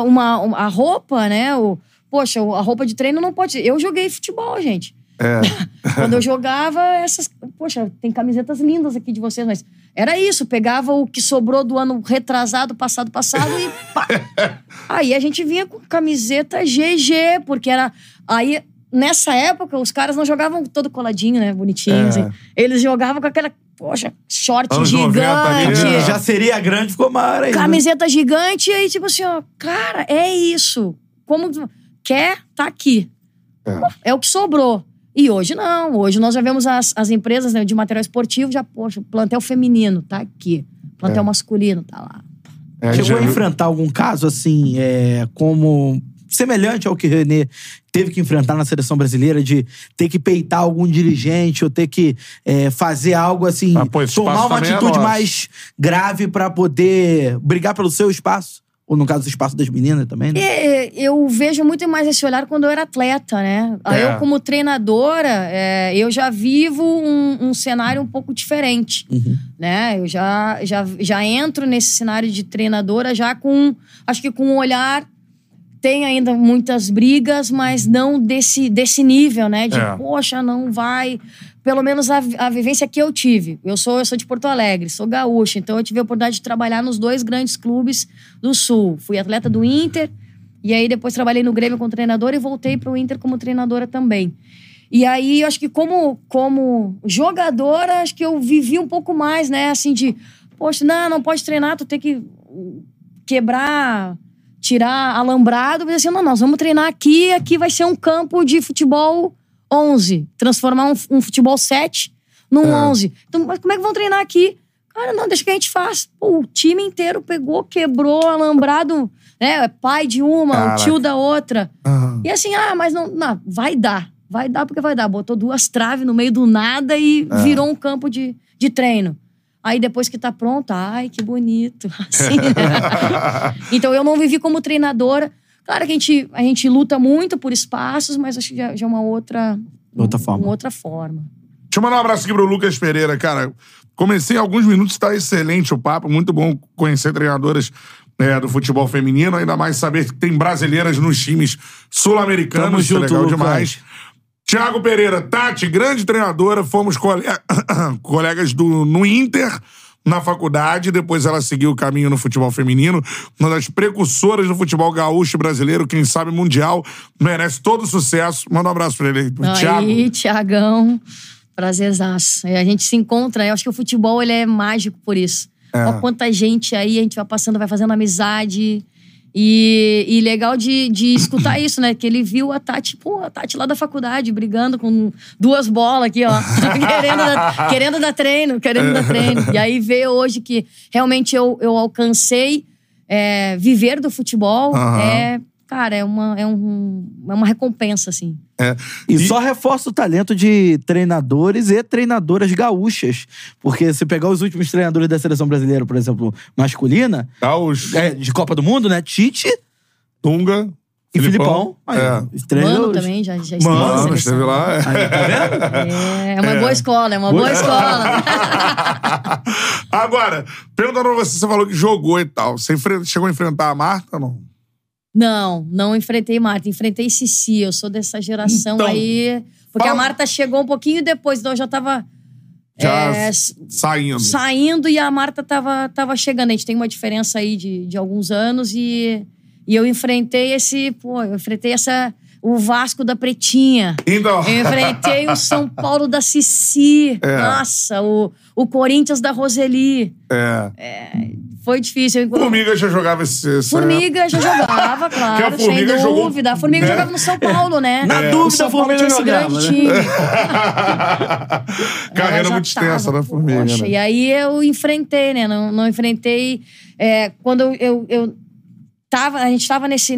a roupa, né? Poxa, a roupa de treino não pode... Eu joguei futebol, gente. Quando eu jogava, Poxa, tem camisetas lindas aqui de vocês, mas era isso. Pegava o que sobrou do ano retrasado, passado e pá. Aí a gente vinha com camiseta GG, porque era... Aí, nessa época, os caras não jogavam todo coladinho, né? Bonitinho, assim. Eles jogavam com aquela... Poxa, short anos gigante. 90, Já seria grande, ficou maior aí. Camiseta gigante, e aí tipo assim, ó... Cara, é isso. Como quer, tá aqui. É o que sobrou. E hoje não. Hoje nós já vemos as empresas, né, de material esportivo, poxa, plantel feminino tá aqui. Plantel masculino tá lá. Chegou a enfrentar algum caso, assim, como... semelhante ao que o René teve que enfrentar na seleção brasileira, de ter que peitar algum dirigente ou ter que fazer algo assim, tomar uma atitude mais grave pra poder brigar pelo seu espaço? Ou, no caso, o espaço das meninas também, né? Eu vejo muito mais esse olhar quando eu era atleta, né? Eu, como treinadora, eu já vivo um cenário um pouco diferente, né? Eu já entro nesse cenário de treinadora já com... Acho que com um olhar... Tem ainda muitas brigas, mas não desse nível, né? De, poxa, não vai... Pelo menos a vivência que eu tive. Eu sou de Porto Alegre, sou gaúcha, então eu tive a oportunidade de trabalhar nos 2 grandes clubes do Sul. Fui atleta do Inter, e aí depois trabalhei no Grêmio como treinadora e voltei pro Inter como treinadora também. E aí, eu acho que como jogadora, acho que eu vivi um pouco mais, né? Assim, de... Poxa, não pode treinar, tu tem que quebrar... Tirar alambrado, mas assim, não, nós vamos treinar aqui vai ser um campo de futebol 11. Transformar um futebol 7 num 11. Então, mas como é que vão treinar aqui? Cara, não, deixa que a gente faz. Pô, o time inteiro pegou, quebrou, alambrado, né? Pai de uma, o tio da outra. E assim, mas não, vai dar. Vai dar porque vai dar. Botou 2 traves no meio do nada e virou um campo de treino. Aí depois que tá pronto, ai, que bonito. Assim, né? Então eu não vivi como treinadora. Claro que a gente luta muito por espaços, mas acho que já é uma outra forma. Uma outra forma. Deixa eu mandar um abraço aqui pro Lucas Pereira, cara. Comecei alguns minutos, tá excelente o papo. Muito bom conhecer treinadoras do futebol feminino. Ainda mais saber que tem brasileiras nos times sul-americanos. Isso é legal demais. Thiago Pereira, Tati, grande treinadora, fomos colegas no Inter, na faculdade, depois ela seguiu o caminho no futebol feminino, uma das precursoras do futebol gaúcho brasileiro, quem sabe mundial, merece todo o sucesso. Manda um abraço pra ele, pro Thiago. Aí, Thiagão, prazerzaço. A gente se encontra, eu acho que o futebol ele é mágico por isso. Olha quanta gente aí, a gente vai passando, vai fazendo amizade... E legal de escutar isso, né? Que ele viu a Tati lá da faculdade, brigando com 2 bolas aqui, ó. querendo dar treino. E aí vê hoje que realmente eu alcancei viver do futebol. Cara, é uma recompensa, assim. E só reforça o talento de treinadores e treinadoras gaúchas. Porque se pegar os últimos treinadores da seleção brasileira, por exemplo, masculina... de Copa do Mundo, né? Tite... Tunga... E Filipão. Mano também, já esteve Mano, esteve lá. Aí, tá vendo? É uma boa escola, boa escola. Agora, perguntando pra você falou que jogou e tal. Você chegou a enfrentar a Marta ou não? Não enfrentei Marta, enfrentei Cici. Eu sou dessa geração aí. Porque a Marta chegou um pouquinho depois, então eu já tava saindo e a Marta tava chegando. A gente tem uma diferença aí de alguns anos e eu enfrentei o Vasco da Pretinha. Então. Eu enfrentei o São Paulo da Cici. Nossa, o Corinthians da Roseli. Foi difícil. Formiga já jogava Formiga já jogava, claro, sem dúvida. A Formiga jogava no São Paulo, né? Na dúvida, a Formiga jogava, grande time. Carreira muito extensa da Formiga, poxa, né? E aí eu enfrentei, né? Não enfrentei... quando a gente tava nesse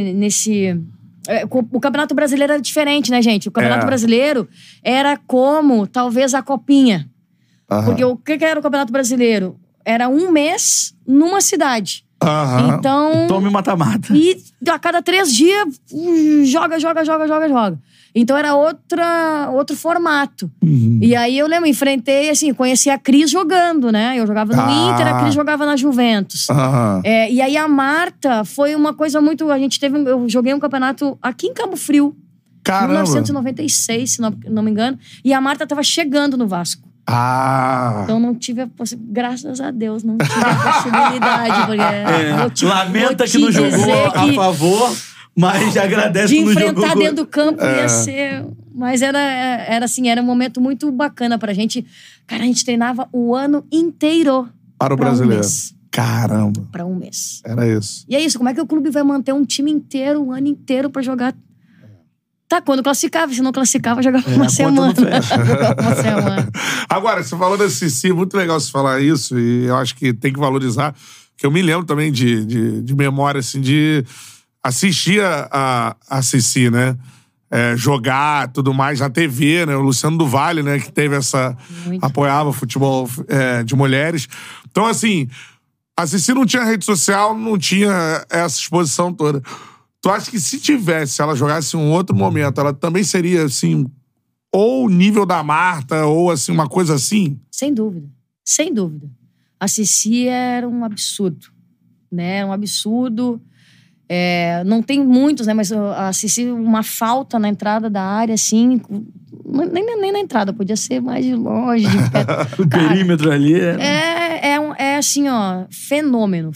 o Campeonato Brasileiro era diferente, né, gente? O Campeonato Brasileiro era como, talvez, a Copinha. Porque o que era o Campeonato Brasileiro? Era um mês numa cidade. Então... Tome mata-mata. E a cada 3 dias, joga. Então era outro formato. E aí eu lembro, enfrentei, assim, conheci a Cris jogando, né? Eu jogava no Inter, a Cris jogava na Juventus. E aí a Marta foi uma coisa muito... Eu joguei um campeonato aqui em Cabo Frio. Caramba. 1996, se não me engano. E a Marta tava chegando no Vasco. Então não tive a possibilidade. Graças a Deus, não tive a possibilidade. Porque lamenta que não jogou a favor, mas agradece que não jogou. De enfrentar dentro do campo ia ser... Mas era assim, era um momento muito bacana pra gente. Cara, a gente treinava o ano inteiro. Para o brasileiro. Um mês. Caramba. Pra um mês. Era isso. E é isso, como é que o clube vai manter um time inteiro, um ano inteiro pra jogar? Tá, quando classificava. Se não classificava, jogava uma semana. Jogava uma semana. Agora, você falou da Cici, muito legal você falar isso, e eu acho que tem que valorizar, que eu me lembro também de memória, assim, de assistir a Cici, né? Jogar, tudo mais, na TV, né? O Luciano do Vale, né? Que teve apoiava o futebol de mulheres. Então, assim, a Cici não tinha rede social, não tinha essa exposição toda. Tu acha que se ela jogasse em um outro momento, ela também seria, assim, ou o nível da Marta, ou, assim, uma coisa assim? Sem dúvida. Sem dúvida. A Cici era um absurdo, né? Um absurdo. Não tem muitos, né? Mas a Cici, uma falta na entrada da área, assim... Nem na entrada, podia ser mais de longe, de perto. O perímetro ali... É assim, ó, fenômeno.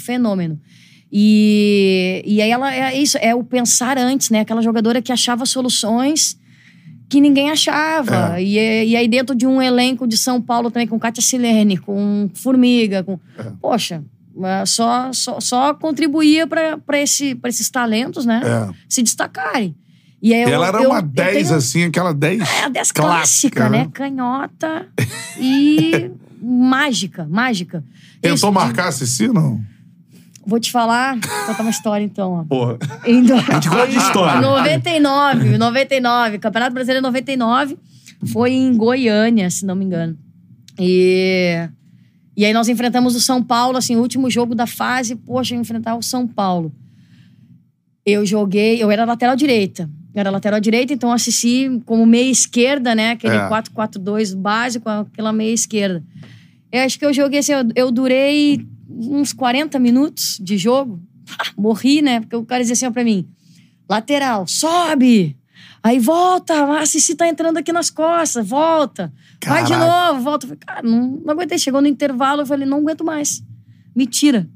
E aí ela é o pensar antes, né? Aquela jogadora que achava soluções que ninguém achava. E aí dentro de um elenco de São Paulo também, com Kátia Silene, com Formiga, poxa, só contribuía para esses talentos, né? Se destacarem. E aí ela era uma 10, assim, aquela 10 a 10 clássica, né? Canhota e mágica. Tentou marcar a Cici, não? Vou te falar, vou contar uma história então. Ó. Porra. A gente gosta de história. 99, Campeonato Brasileiro 99, foi em Goiânia, se não me engano. E aí nós enfrentamos o São Paulo, assim, o último jogo da fase, poxa, enfrentar o São Paulo. Eu era lateral direita. Então assisti como meia esquerda, né? Aquele 4-4-2 básico, aquela meia esquerda. Eu acho que eu joguei assim, eu durei uns 40 minutos de jogo. Morri, né? Porque o cara dizia assim pra mim: lateral, sobe! Aí volta, a Cici tá entrando aqui nas costas, volta. Caraca. Vai de novo, volta. Eu falei, cara, não aguentei. Chegou no intervalo, eu falei, não aguento mais. Me tira.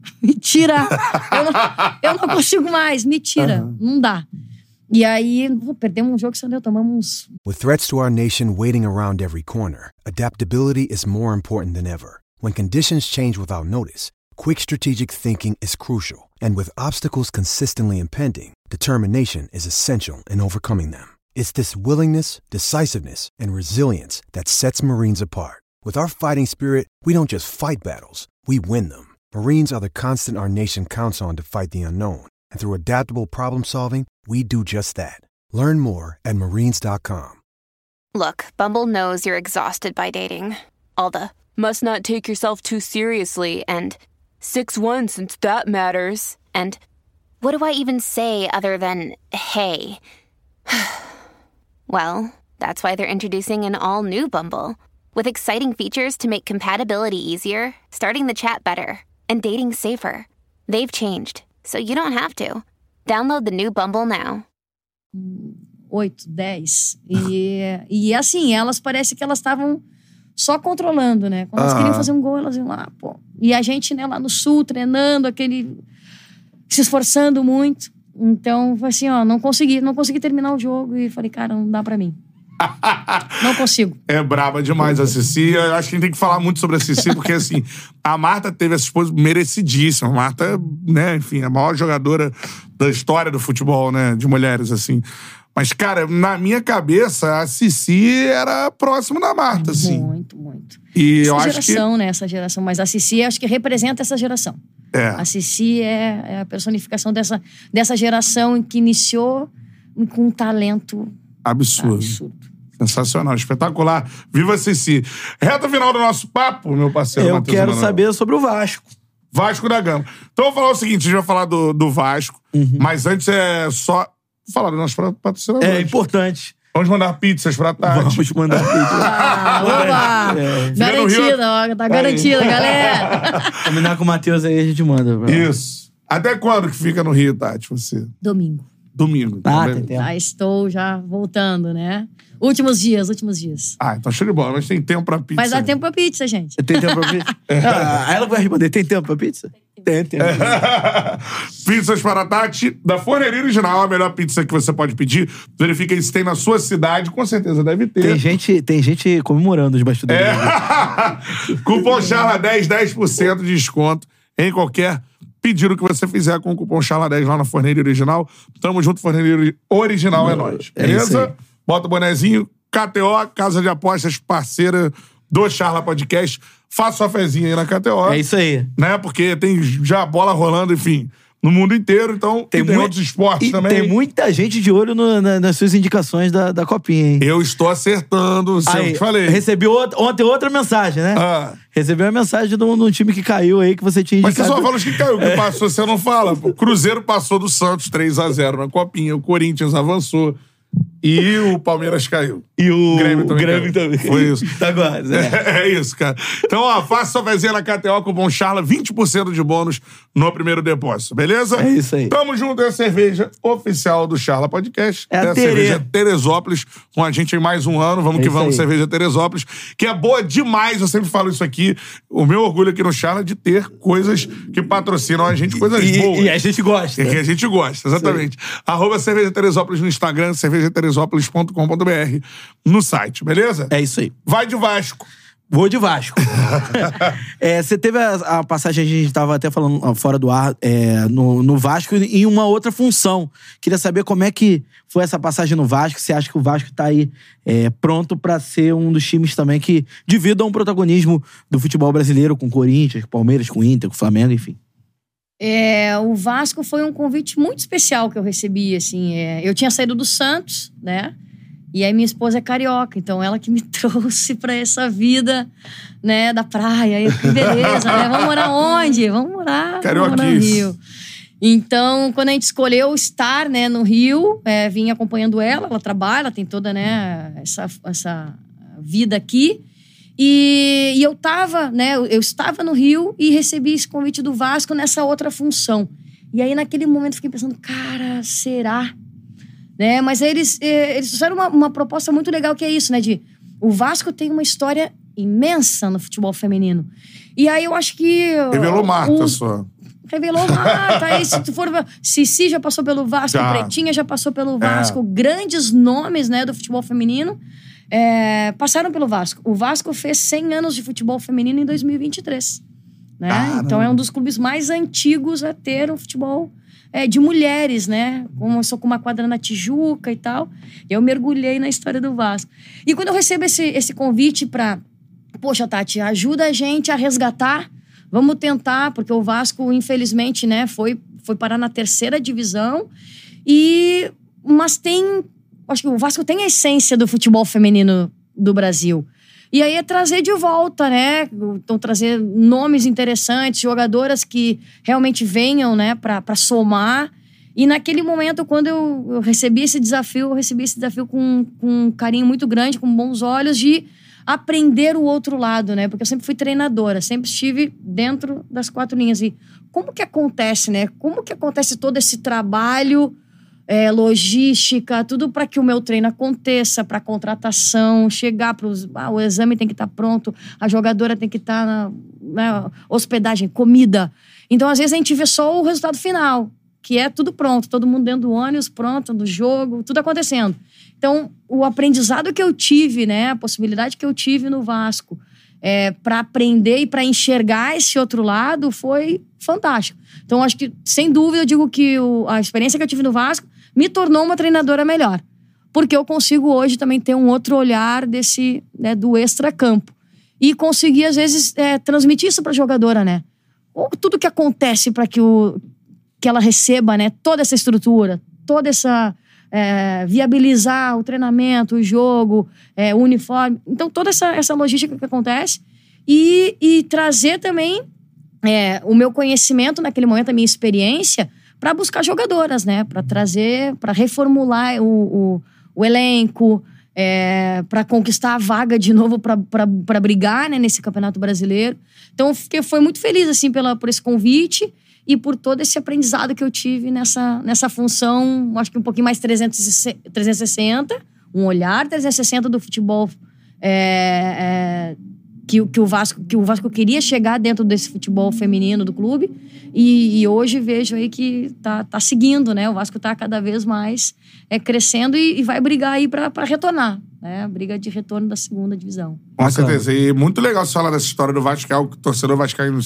Eu não consigo mais, me tira. Não dá. E aí, perdemos um jogo que só tomamos... With threats to our nation waiting around every corner, adaptability is more important than ever. When conditions change without notice, quick strategic thinking is crucial. And with obstacles consistently impending, determination is essential in overcoming them. It's this willingness, decisiveness, and resilience that sets Marines apart. With our fighting spirit, we don't just fight battles, we win them. Marines are the constant our nation counts on to fight the unknown. And through adaptable problem solving, we do just that. Learn more at Marines.com. Look, Bumble knows you're exhausted by dating. All the must not take yourself too seriously and 6'1" since that matters. And what do I even say other than hey? Well, that's why they're introducing an all-new Bumble. With exciting features to make compatibility easier, starting the chat better, and dating safer. They've changed, so you don't have to. Download the new Bumble now. 8, 10. E assim, elas parece que elas estavam só controlando, né? Quando elas queriam fazer um gol, elas iam lá, pô. E a gente, né, lá no sul, treinando, se esforçando muito. Então, foi assim, ó, não consegui terminar o jogo e falei, cara, não dá pra mim. Não consigo. É braba demais a Cici. Eu acho que a gente tem que falar muito sobre a Cici, porque, assim, a Marta teve essa esposa merecidíssima. A Marta, né, enfim, a maior jogadora da história do futebol, né, de mulheres, assim. Mas, cara, na minha cabeça, a Cici era próximo da Marta, assim. Muito. E essa eu acho geração, né, essa geração. Mas a Cici, acho que representa essa geração. A Cici é a personificação dessa geração que iniciou com um talento absurdo. Sensacional, espetacular. Viva a Cici. Reta final do nosso papo, meu parceiro Matheus. Eu quero saber sobre o Vasco. Vasco da Gama. Então eu vou falar o seguinte, a gente vai falar do Vasco, mas antes é só falar do nosso patrocinador. É importante. Vamos mandar pizzas pra Tati. Vamos mandar pizza. Opa! Garantida, ó. Tá garantida, galera. Combinar com o Matheus aí, a gente manda. Isso. Até quando que fica no Rio, Tati, você? Domingo. Domingo. Tem tempo. Já estou voltando, né? Últimos dias. Ah, então show de bola. Mas tem tempo pra pizza. Mas dá tempo pra pizza, gente. Tem tempo pra pizza? Aí ela vai responder, tem tempo pra pizza? Tem tempo. Pizzas para a Tati, da Forneria Original, a melhor pizza que você pode pedir. Verifica aí se tem na sua cidade, com certeza deve ter. Tem gente comemorando os bastidores. Cupom CHARLA10, 10% de desconto em qualquer pedido que você fizer com o cupom CHARLA10 lá na Forneria Original. Tamo junto, Forneria Original é nóis. Beleza? Bota o bonezinho, KTO, Casa de Apostas, parceira do Charla Podcast. Faça sua fezinha aí na KTO. É isso aí. Né? Porque tem já bola rolando, enfim, no mundo inteiro. Então, tem outros esportes também. Tem muita gente de olho nas suas indicações da Copinha, hein? Eu estou acertando, sempre te falei. Recebi ontem outra mensagem, né? Recebi uma mensagem de um time que caiu aí, que você tinha indicado. Mas você só fala os que caiu, que passou, você não fala. O Cruzeiro passou do Santos 3-0 na Copinha, o Corinthians avançou. E o Palmeiras caiu. E o Grêmio também. Foi isso. Tá quase. É isso, cara. Então, faça sua fezinha na KTO com o bom Charla, 20% de bônus no primeiro depósito, beleza? É isso aí. Tamo junto, é a cerveja oficial do Charla Podcast. É a cerveja Teresópolis, com a gente em mais um ano. Vamos que vamos, cerveja Teresópolis, que é boa demais, eu sempre falo isso aqui. O meu orgulho aqui no Charla é de ter coisas que patrocinam a gente, coisas boas. E a gente gosta. E que a gente gosta, exatamente. @cerveja Teresópolis no Instagram, cervejateresópolis.com.br no site, beleza? É isso aí. Vai de Vasco. Vou de Vasco. Você teve a passagem, a gente tava até falando fora do ar, no Vasco em uma outra função. Queria saber como é que foi essa passagem no Vasco. Você acha que o Vasco tá aí pronto pra ser um dos times também que dividam o protagonismo do futebol brasileiro com o Corinthians, com o Palmeiras, com o Inter, com o Flamengo, enfim? O Vasco foi um convite muito especial que eu recebi, assim. Eu tinha saído do Santos, né? E aí minha esposa é carioca, então ela que me trouxe pra essa vida, né, da praia. E que beleza, né? Vamos morar onde? Vamos morar no Rio. Então, quando a gente escolheu estar, né, no Rio, vim acompanhando ela trabalha, ela tem toda, né, essa vida aqui. E eu tava, né, eu estava no Rio e recebi esse convite do Vasco nessa outra função. E aí, naquele momento, fiquei pensando, cara, será? Né? Mas aí eles fizeram uma proposta muito legal, que é isso, né? O Vasco tem uma história imensa no futebol feminino. E aí eu acho que... Revelou Marta só. Revelou Marta. Aí se tu for... Cici já passou pelo Vasco, Pretinha já passou pelo Vasco. Grandes nomes, né, do futebol feminino passaram pelo Vasco. O Vasco fez 100 anos de futebol feminino em 2023. Né? Então é um dos clubes mais antigos a ter um futebol de mulheres, né? Começou com uma quadra na Tijuca e tal. Eu mergulhei na história do Vasco. E quando eu recebo esse convite pra... Poxa, Tati, ajuda a gente a resgatar. Vamos tentar, porque o Vasco, infelizmente, né? Foi parar na 3ª divisão. Mas tem... Acho que o Vasco tem a essência do futebol feminino do Brasil. E aí trazer de volta, né? Então, trazer nomes interessantes, jogadoras que realmente venham, né, pra somar. E naquele momento, quando eu recebi esse desafio, com um carinho muito grande, com bons olhos, de aprender o outro lado, né? Porque eu sempre fui treinadora, sempre estive dentro das 4 linhas. E como que acontece, né? Como que acontece todo esse trabalho... logística, tudo para que o meu treino aconteça, para contratação, chegar para o exame tem que estar pronto, a jogadora tem que estar na hospedagem, comida. Então, às vezes, a gente vê só o resultado final, que é tudo pronto, todo mundo dentro do ônibus, pronto, do jogo, tudo acontecendo. Então, o aprendizado que eu tive, né, a possibilidade que eu tive no Vasco, para aprender e para enxergar esse outro lado foi fantástico. Então, acho que, sem dúvida, eu digo que a experiência que eu tive no Vasco me tornou uma treinadora melhor. Porque eu consigo hoje também ter um outro olhar desse, né, do extracampo. E conseguir, às vezes, transmitir isso para a jogadora, né? Ou tudo que acontece para que ela receba, né, toda essa estrutura, toda essa... viabilizar o treinamento, o jogo, o uniforme. Então, toda essa logística que acontece. E trazer também o meu conhecimento naquele momento, a minha experiência, para buscar jogadoras, né? Para trazer, para reformular o o elenco, para conquistar a vaga de novo, para brigar, né, nesse Campeonato Brasileiro. Então, foi muito feliz, assim, por esse convite e por todo esse aprendizado que eu tive nessa função, acho que um pouquinho mais 360, um olhar 360 do futebol, que o Vasco queria chegar dentro desse futebol feminino do clube, e hoje vejo aí que tá seguindo, né? O Vasco tá cada vez mais crescendo e vai brigar aí pra retornar, né? A briga de retorno da 2ª divisão. Com certeza. E muito legal você falar dessa história do Vasco, que é algo que o torcedor vascaíno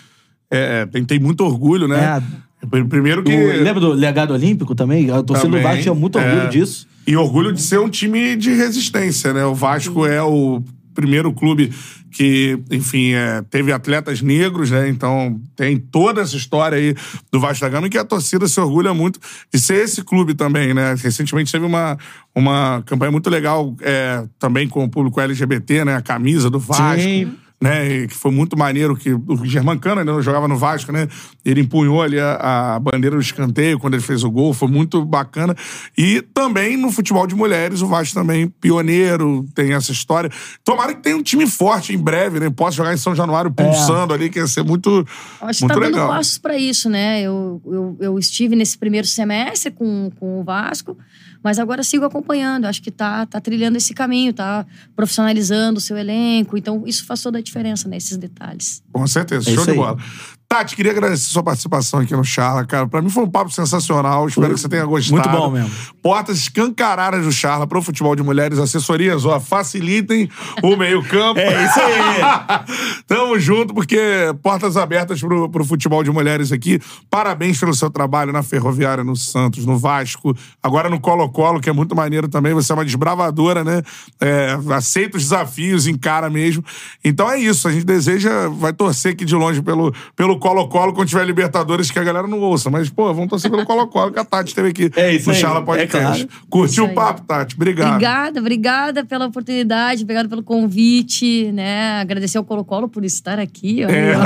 tem muito orgulho, né? Primeiro que... Lembra do legado olímpico também? A torcida do Vasco tinha muito orgulho disso. E orgulho de ser um time de resistência, né? O Vasco é o primeiro clube que, enfim, teve atletas negros, né? Então tem toda essa história aí do Vasco da Gama, e que a torcida se orgulha muito de ser esse clube também, né? Recentemente teve uma campanha muito legal também com o público LGBT, né? A camisa do Vasco. Sim. Né, e que foi muito maneiro, que o Germancano ainda não jogava no Vasco, né? Ele empunhou ali a bandeira do escanteio quando ele fez o gol, foi muito bacana. E também no futebol de mulheres, o Vasco também pioneiro, tem essa história. Tomara que tenha um time forte em breve, né? Possa jogar em São Januário pulsando ali, que ia ser muito, acho muito que tá legal. Dando passos pra isso, né? Eu estive nesse primeiro semestre com o Vasco, mas agora sigo acompanhando. Acho que tá trilhando esse caminho, tá profissionalizando o seu elenco. Então, isso faz toda a diferença, né? Esses detalhes. Com certeza. Show de bola. Tati, queria agradecer a sua participação aqui no Charla, cara. Pra mim foi um papo sensacional. Espero que você tenha gostado. Muito bom mesmo. Portas escancaradas do Charla pro futebol de mulheres, assessorias, facilitem o meio-campo. Isso aí. Tamo junto, porque portas abertas pro futebol de mulheres aqui. Parabéns pelo seu trabalho na Ferroviária, no Santos, no Vasco, agora no Colo-Colo, que é muito maneiro também. Você é uma desbravadora, né? Aceita os desafios, encara mesmo. Então é isso. A gente vai torcer aqui de longe pelo Colo-Colo quando tiver Libertadores, que a galera não ouça. Mas, pô, vamos torcer pelo Colo-Colo, que a Tati esteve aqui no Charla Podcast. Claro. Curtiu o papo, Tati? Obrigado. Obrigada pela oportunidade, obrigada pelo convite, né? Agradecer ao Colo-Colo por estar aqui.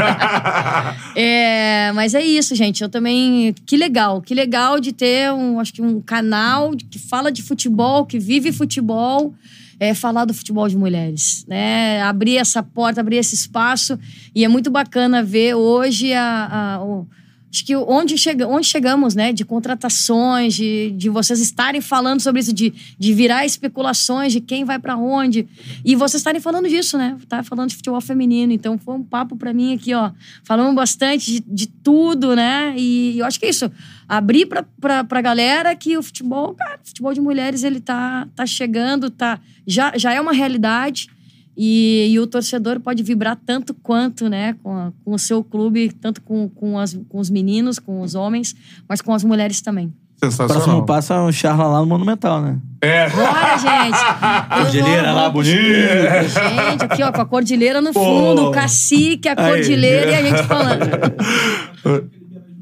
Mas é isso, gente. Eu também... Que legal de ter acho que um canal que fala de futebol, que vive futebol, falar do futebol de mulheres, né? Abrir essa porta, abrir esse espaço. E é muito bacana ver hoje acho que onde chegamos, né? De contratações, de vocês estarem falando sobre isso, de virar especulações de quem vai pra onde. E vocês estarem falando disso, né? Tá falando de futebol feminino. Então foi um papo pra mim aqui, ó. Falamos bastante de tudo, né? E eu acho que é isso. Abrir pra galera que o futebol, cara, o futebol de mulheres, ele tá chegando, já é uma realidade. E o torcedor pode vibrar tanto quanto, né, com o seu clube, tanto com os meninos, com os homens, mas com as mulheres também. Sensacional. Próximo passo é um Charla lá no Monumental, né? Bora, gente! Cordilheira lá, bonito. Gente, aqui, ó, com a cordilheira no fundo, o cacique, a cordilheira e a gente falando.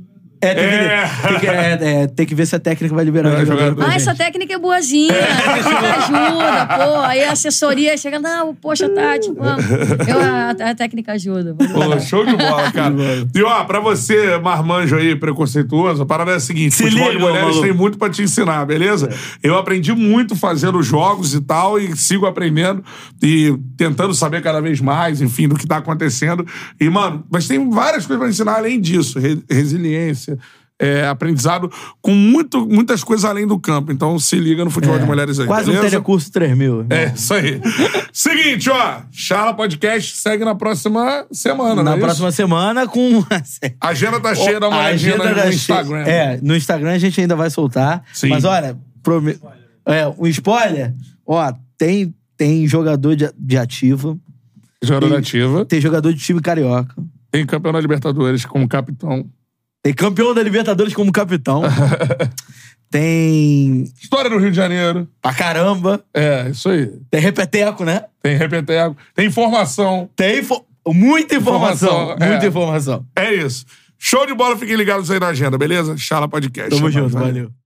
Tem que ver se a técnica vai liberar o jogador. Essa técnica é boazinha. A técnica ajuda, pô. Aí a assessoria chega, não, poxa, Tati, vamos. A técnica ajuda. Pô, show de bola, cara. E ó, pra você, marmanjo aí, preconceituoso, a parada é a seguinte: futebol de mulheres tem muito pra te ensinar, beleza? Eu aprendi muito fazendo jogos e tal, e sigo aprendendo e tentando saber cada vez mais, enfim, do que tá acontecendo. E, mano, mas tem várias coisas pra ensinar além disso. Resiliência, aprendizado com muitas coisas além do campo. Então se liga no futebol de mulheres aí. Quase beleza? um telecurso 3000. Isso aí. Seguinte, ó. Charla Podcast segue na próxima semana, né? Na próxima semana com... A agenda tá cheia, dá uma olhadinha no Instagram. No Instagram a gente ainda vai soltar. Sim. Mas olha, um spoiler, ó, tem jogador de ativa. Jogador de ativa. Tem jogador de time carioca. Tem campeão da Libertadores como capitão. Tem campeão da Libertadores como capitão. Tem... História do Rio de Janeiro. Pra caramba. Isso aí. Tem repeteco, né? Tem repeteco. Tem informação. Tem muita informação. Muita informação. É isso. Show de bola. Fiquem ligados aí na agenda, beleza? Charla Podcast. Tamo junto, valeu.